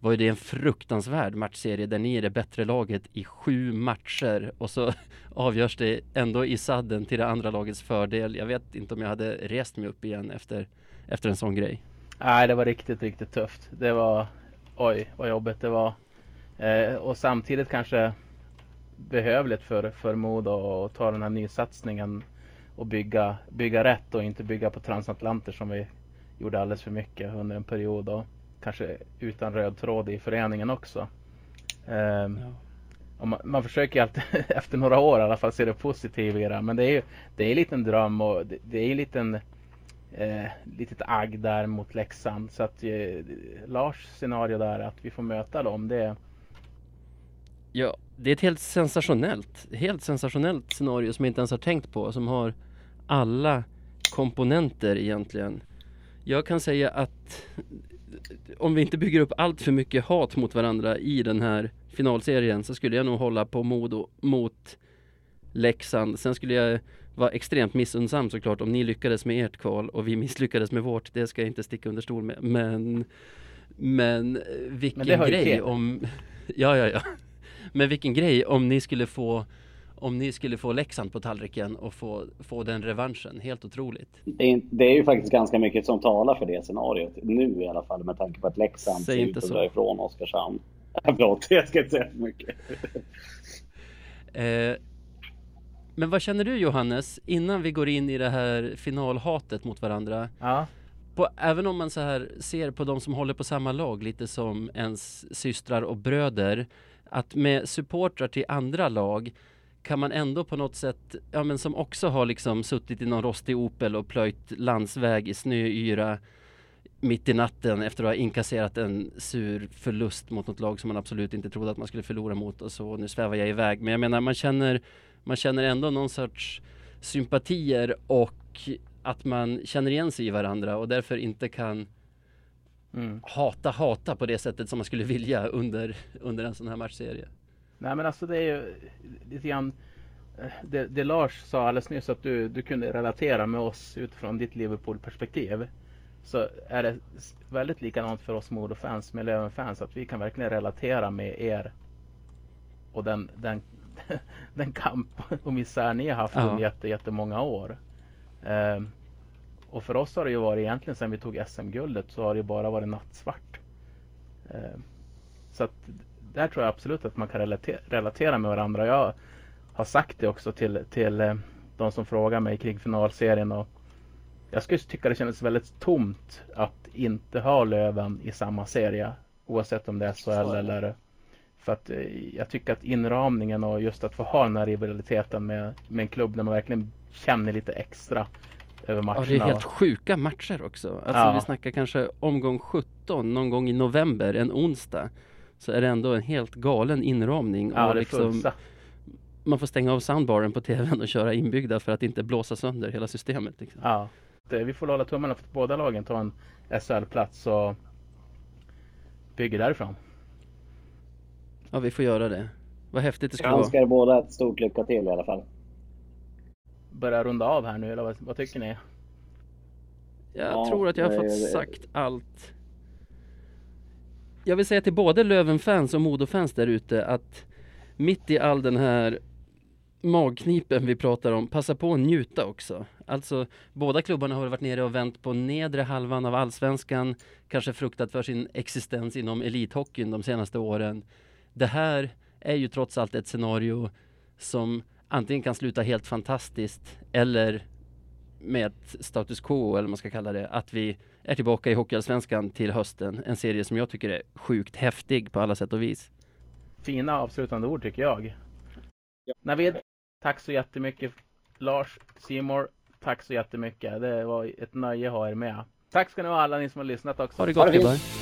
var ju det en fruktansvärd matchserie där ni är det bättre laget i sju matcher och så avgörs det ändå i sadden till det andra lagets fördel. Jag vet inte om jag hade rest mig upp igen efter, efter en sån grej. Nej, det var riktigt, riktigt tufft. Det var, oj, vad jobbigt det var. Eh, och samtidigt kanske behövligt för, för Modo att ta den här nysatsningen och bygga, bygga rätt och inte bygga på transatlanter som vi gjorde alldeles för mycket under en period och kanske utan röd tråd i föreningen också. Eh, ja. och man, man försöker alltid efter några år i alla fall se det positiva i det, men det är ju det är en liten dröm och det, det är en liten Eh, litet agg där mot Leksand, så att eh, Lars scenario där att vi får möta dem, det ja, det är ett helt sensationellt helt sensationellt scenario som jag inte ens har tänkt på, som har alla komponenter egentligen. Jag kan säga att om vi inte bygger upp allt för mycket hat mot varandra i den här finalserien så skulle jag nog hålla på Modo mot Leksand. Sen skulle jag vara extremt missunnsam såklart om ni lyckades med ert kval och vi misslyckades med vårt. Det ska jag inte sticka under stol med. Men, men vilken men grej om... Ja, ja, ja. Men vilken grej om ni skulle få om ni skulle få Leksand på tallriken och få, få den revanschen. Helt otroligt. Det är, det är ju faktiskt ganska mycket som talar för det scenariot. Nu i alla fall, med tanke på att Leksand ser ut att dra ifrån Oskarshamn. Förlåt, jag ska inte säga för mycket. eh, Men vad känner du, Johannes, innan vi går in i det här finalhatet mot varandra? Ja. På, även om man så här ser på de som håller på samma lag lite som ens systrar och bröder, att med supportrar till andra lag kan man ändå på något sätt, ja men som också har liksom suttit i någon rostig Opel och plöjt landsväg i snöyra mitt i natten efter att ha inkasserat en sur förlust mot något lag som man absolut inte trodde att man skulle förlora mot, och så nu svävar jag iväg. Men jag menar, man känner Man känner ändå någon sorts sympatier och att man känner igen sig i varandra och därför inte kan mm. hata hata på det sättet som man skulle vilja under, under en sån här matchserie. Nej, men alltså det är ju lite grann det, det Lars sa alldeles nyss, att du, du kunde relatera med oss utifrån ditt Liverpool-perspektiv. Så är det väldigt likadant för oss Modo-fans med Löven-fans, att vi kan verkligen relatera med er och den, den den kamp och misär ni har haft ja. under jätte, jättemånga år. Eh, och för oss har det ju varit egentligen sedan vi tog S M-guldet så har det ju bara varit nattsvart. Eh, så att där tror jag absolut att man kan relatera, relatera med varandra. Jag har sagt det också till, till eh, de som frågar mig kring finalserien, och jag skulle tycka det kändes väldigt tomt att inte ha Löven i samma serie, oavsett om det är S H L eller... För att eh, jag tycker att inramningen och just att få ha den här rivaliteten med, med en klubb där man verkligen känner lite extra över matcherna. Ja, det är helt sjuka matcher också. Alltså ja. Vi snackar kanske omgång sjutton, någon gång i november, en onsdag. Så är det ändå en helt galen inramning. Ja, och det liksom, man får stänga av soundbaren på tvn och köra inbyggda för att inte blåsa sönder hela systemet. Liksom. Ja, det, vi får hålla tummarna för att båda lagen tar en S H L-plats och bygger därifrån. Ja, vi får göra det. Vad häftigt det ska vara. Jag önskar båda ett stort lycka till i alla fall. Börja runda av här nu, eller vad, vad tycker ni? Jag ja, tror att jag har fått det, sagt allt. Jag vill säga till både Löven-fans och Modo-fans där ute att mitt i all den här magknipen vi pratar om, passa på att njuta också. Alltså, båda klubbarna har varit nere och vänt på nedre halvan av allsvenskan, kanske fruktat för sin existens inom elithockeyn de senaste åren. Det här är ju trots allt ett scenario som antingen kan sluta helt fantastiskt eller med ett status quo, eller man ska kalla det, att vi är tillbaka i Hockeyallsvenskan till hösten. En serie som jag tycker är sjukt häftig på alla sätt och vis. Fina avslutande ord tycker jag. Ja. Navid, tack så jättemycket. Lars, Simor, tack så jättemycket. Det var ett nöje att ha er med. Tack ska ni ha alla ni som har lyssnat också. Ha det gott, gubbar.